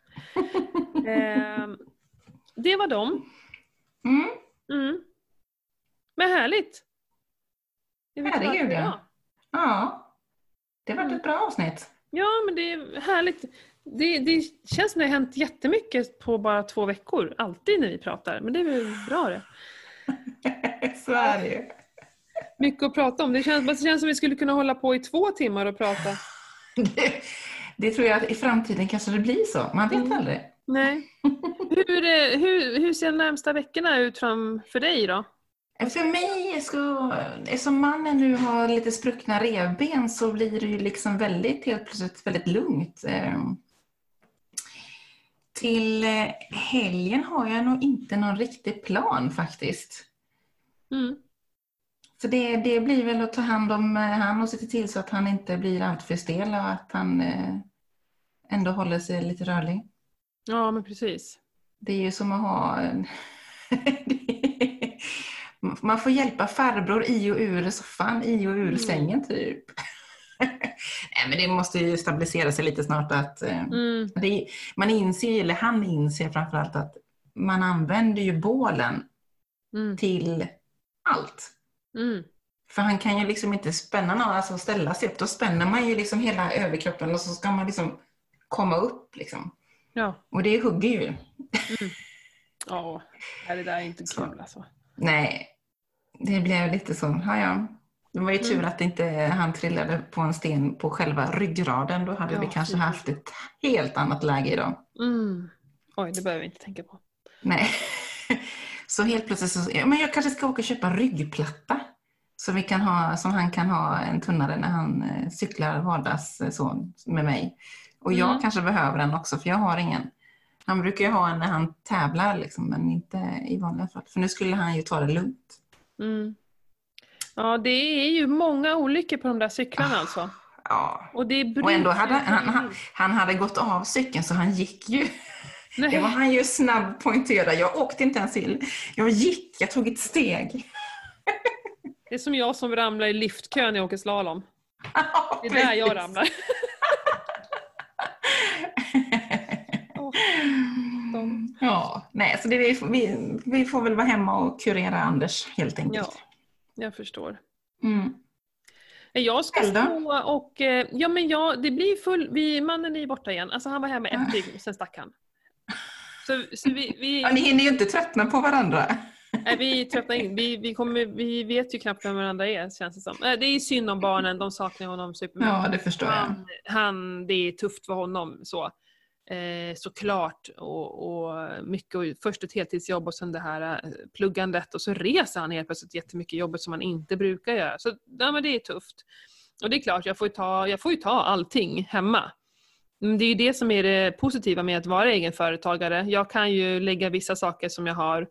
Eh, det var dem. Mm. Mm. Men härligt. Är vi klara för Herregud, idag? ja. Ja, det var ett bra avsnitt. Ja, men det är härligt. Det, det känns som det har hänt jättemycket på bara två veckor. Alltid när vi pratar. Men det är väl bra det. Så är det ju. Mycket att prata om. Det känns, det känns som vi skulle kunna hålla på i två timmar och prata. Det, det tror jag att i framtiden kanske det blir så. Man vet Mm. aldrig. Nej. Hur, är- hur, hur ser de närmsta veckorna ut fram för dig då? För mig, så, eftersom mannen nu har lite spruckna revben, så blir det ju liksom väldigt, helt plötsligt väldigt lugnt. Eh, Till eh, helgen har jag nog inte någon riktig plan faktiskt. Mm. Så det, det blir väl att ta hand om han och se till så att han inte blir allt för stel och att han eh, ändå håller sig lite rörlig. Ja, men precis. Det är ju som att ha... Man får hjälpa farbror i och ur soffan, i och ur mm. sängen typ. Nej, men det måste ju stabilisera sig lite snart att mm. det, man inser, eller han inser framförallt att man använder ju bålen mm. till allt. Mm. För han kan ju liksom inte spänna någon, alltså ställa sig upp. Då spänner man ju liksom hela överkroppen och så ska man liksom komma upp liksom. Ja. Och det hugger ju. Mm. Ja, det där är inte kul alltså. Nej, det blev lite så. Ja, ja. Det var ju tur mm. att inte han trillade på en sten på själva ryggraden. Då hade ja, vi kanske fint. haft ett helt annat läge idag. Mm. Oj, det behöver vi inte tänka på. Nej. Så helt plötsligt så... Men jag kanske ska åka och köpa ryggplatta. Så vi kan ha, som han kan ha en tunnare när han cyklar vardags så med mig. Och jag mm. kanske behöver den också, för jag har ingen. Han brukar ju ha en när han tävlar liksom, men inte i vanliga fall. För nu skulle han ju ta det lugnt. Mm. Ja, det är ju många olyckor på de där cyklarna ah, alltså. Ja, och, det och ändå hade han, han, han hade gått av cykeln så han gick ju. Nej. Det var han ju snabb poängtera. Jag åkte inte ens in. Jag gick, jag tog ett steg. Det är som jag som ramlar i liftkön när jag åker slalom. Ja, det är där jag ramlar. oh, ja, nej, så det är, vi, vi får väl vara hemma och kurera Anders helt enkelt. Ja, jag förstår. Mm. Jag ska stå och, ja men jag, det blir full, vi, mannen är borta igen. Alltså han var hemma ett dygn, sen stack han. Så, så vi, vi... Ja, ni hinner ju inte tröttna på varandra. Nej, vi tröttnar in. Vi, vi, kommer, vi vet ju knappt vem varandra är, känns det som. Det är synd om barnen, de saknar honom supermycket. Ja, det förstår jag. Han, han, det är tufft för honom, så. Eh, såklart. Och, och mycket, och först ett heltidsjobb och sen det här pluggandet. Och så reser han helt plötsligt jättemycket jobbet som man inte brukar göra. Så ja, men det är tufft. Och det är klart, jag får ju ta, jag får ju ta allting hemma. Men det är ju det som är det positiva med att vara egenföretagare. Jag kan ju lägga vissa saker som jag har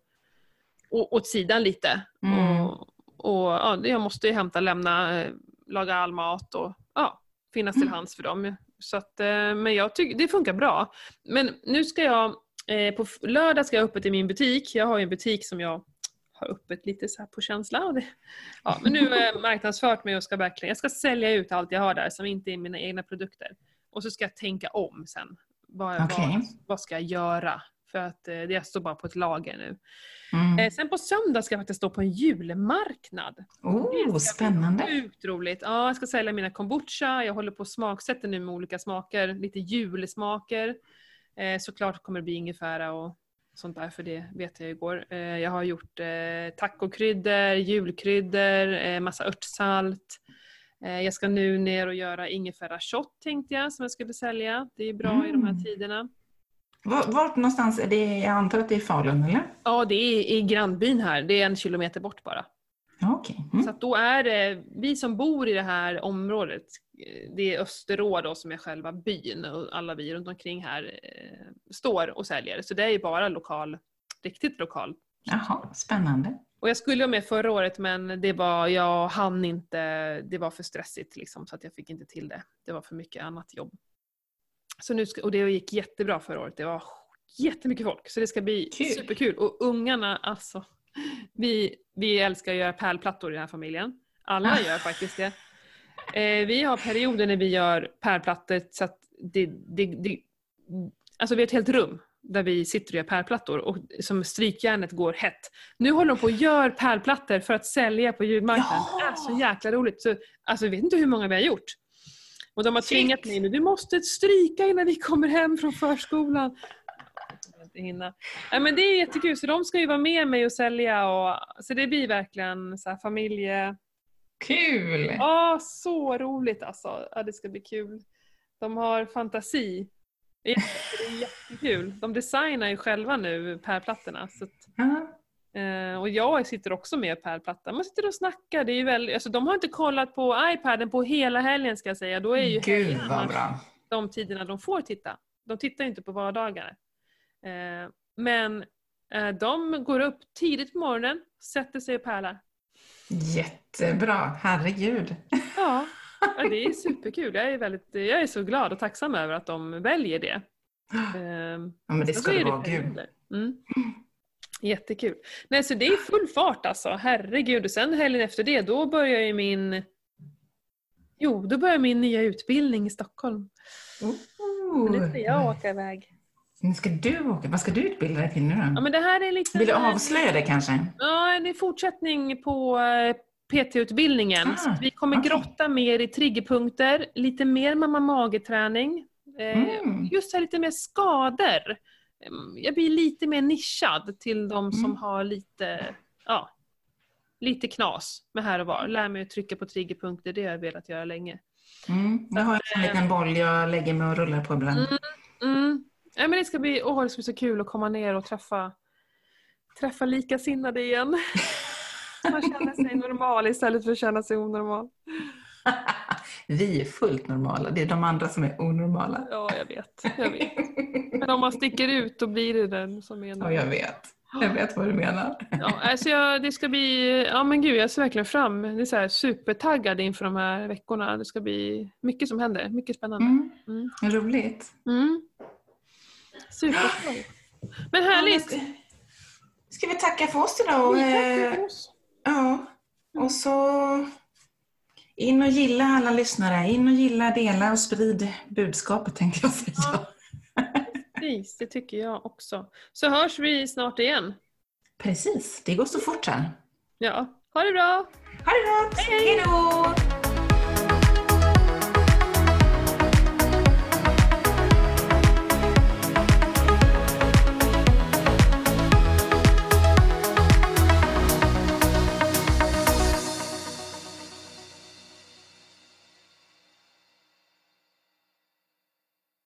åt sidan lite. Mm. Och, och ja, jag måste ju hämta, lämna, laga all mat och ja, finnas till mm. hands för dem. Så att, men jag tycker det funkar bra. Men nu ska jag, eh, på lördag ska jag öppet i min butik. Jag har ju en butik som jag har öppet lite så här på känsla. Och det, ja, men nu är jag marknadsfört mig och ska verkligen, jag ska sälja ut allt jag har där som inte är mina egna produkter. Och så ska jag tänka om sen. Vad, okay. vad, vad ska jag göra? För att eh, det står bara på ett lager nu. Mm. Eh, sen på söndag ska jag faktiskt stå på en julmarknad. Oh, spännande. Sjukt roligt. Ja, jag ska sälja mina kombucha. Jag håller på att smaksätta nu med olika smaker. Lite julsmaker. Eh, såklart kommer det bli ingefära och sånt där, för det vet jag igår. Eh, jag har gjort eh, tacokryddor, julkryddor, eh, massa örtsalt. Eh, jag ska nu ner och göra ingefära shot, tänkte jag, som jag skulle sälja. Det är bra mm. i de här tiderna. Vart, vart någonstans är det? Jag antar att det är Falun, eller? Ja, det är i grannbyn här. Det är en kilometer bort bara. Okay. Mm. Så att då är det, vi som bor i det här området, det är Österå då som är själva byn, och alla vi runt omkring här eh, står och säljer. Så det är ju bara lokal, riktigt lokal. Jaha, spännande. Och jag skulle vara med förra året, men det var, jag hann inte, det var för stressigt liksom, så att jag fick inte till det. Det var för mycket annat jobb. Så nu ska, och det gick jättebra förra året. Det var jättemycket folk. Så det ska bli Kul. Superkul. Och ungarna, alltså. Vi, vi älskar att göra pärlplattor i den här familjen. Alla gör faktiskt det. Eh, vi har perioder när vi gör pärlplattor så att det, det, det, alltså vi har ett helt rum där vi sitter och gör pärlplattor. Och som strykjärnet går hett. Nu håller de på att göra pärlplattor för att sälja på julmarknaden. Ja. Det är så jäkla roligt. Så, alltså jag vet inte hur många vi har gjort. Och de har tvingat mig nu, du måste stryka innan vi kommer hem från förskolan. Ja, men det är jättekul, så de ska ju vara med mig och sälja. Och, så det blir verkligen så här familje... Kul! Ja, så roligt alltså. Ja, det ska bli kul. De har fantasi. Det är jättekul. De designar ju själva nu pärlplattorna. Så att, uh-huh. eh, och jag sitter också med pärlplattan. Man sitter och snackar. Det är ju väl, alltså, de har inte kollat på iPaden på hela helgen, ska jag säga. Då är ju Gud, vad bra. De tiderna de får titta. De tittar inte på vardagar. Eh, men eh, de går upp tidigt på morgonen, sätter sig och pärlar. Jättebra, herregud. Ja, det är superkul. Jag är, väldigt, jag är så glad och tacksam över att de väljer det. Ja, men det ska det vara, gud. Mm. Jättekul. Nej, så det är full fart alltså, herregud. Och sen helgen efter det, då börjar ju min... Jo, då börjar min nya utbildning i Stockholm. Oh. Nu ska jag åka iväg. Nu ska du åka. Vad ska du utbilda dig till nu då? Ja, men det här är lite... Vill du avslöja det kanske? Ja, det är fortsättning på P T-utbildningen. Ah, vi kommer okay. grotta mer i triggerpunkter, lite mer mamma-mageträning. Mm. Just här lite mer skador. Jag blir lite mer nischad till de som mm. har lite, ja, lite knas med här och var. Lär mig att trycka på triggerpunkter, det har jag velat göra länge. Mm. Jag har en liten boll jag lägger mig och rullar på ibland. Mm. Mm. Ja, men det ska bli, åh, det ska bli så kul att komma ner och träffa, träffa likasinnade igen. Man känner sig normal istället för att känna sig onormal. Vi är fullt normala. Det är de andra som är onormala. Ja, jag vet. Jag vet. Men om man sticker ut då blir det den som är normal. Ja, jag vet. Jag vet vad du menar. Ja, alltså jag, det ska bli... Ja, men gud, jag ser verkligen fram. Det är så här supertaggad inför de här veckorna. Det ska bli mycket som händer. Mycket spännande. Mm. Mm. Roligt. Mm. Superskoj. Men härligt. Ja, men ska, ska vi tacka för oss idag? Vi tackar för oss. Ja, och så in och gilla alla lyssnare. In och gilla, dela och sprid budskapet, tänkte jag säga. Ja. Precis, det tycker jag också. Så hörs vi snart igen. Precis, det går så fort här. Ja, ha det bra! Ha det bra! Hej, hej. Hej då!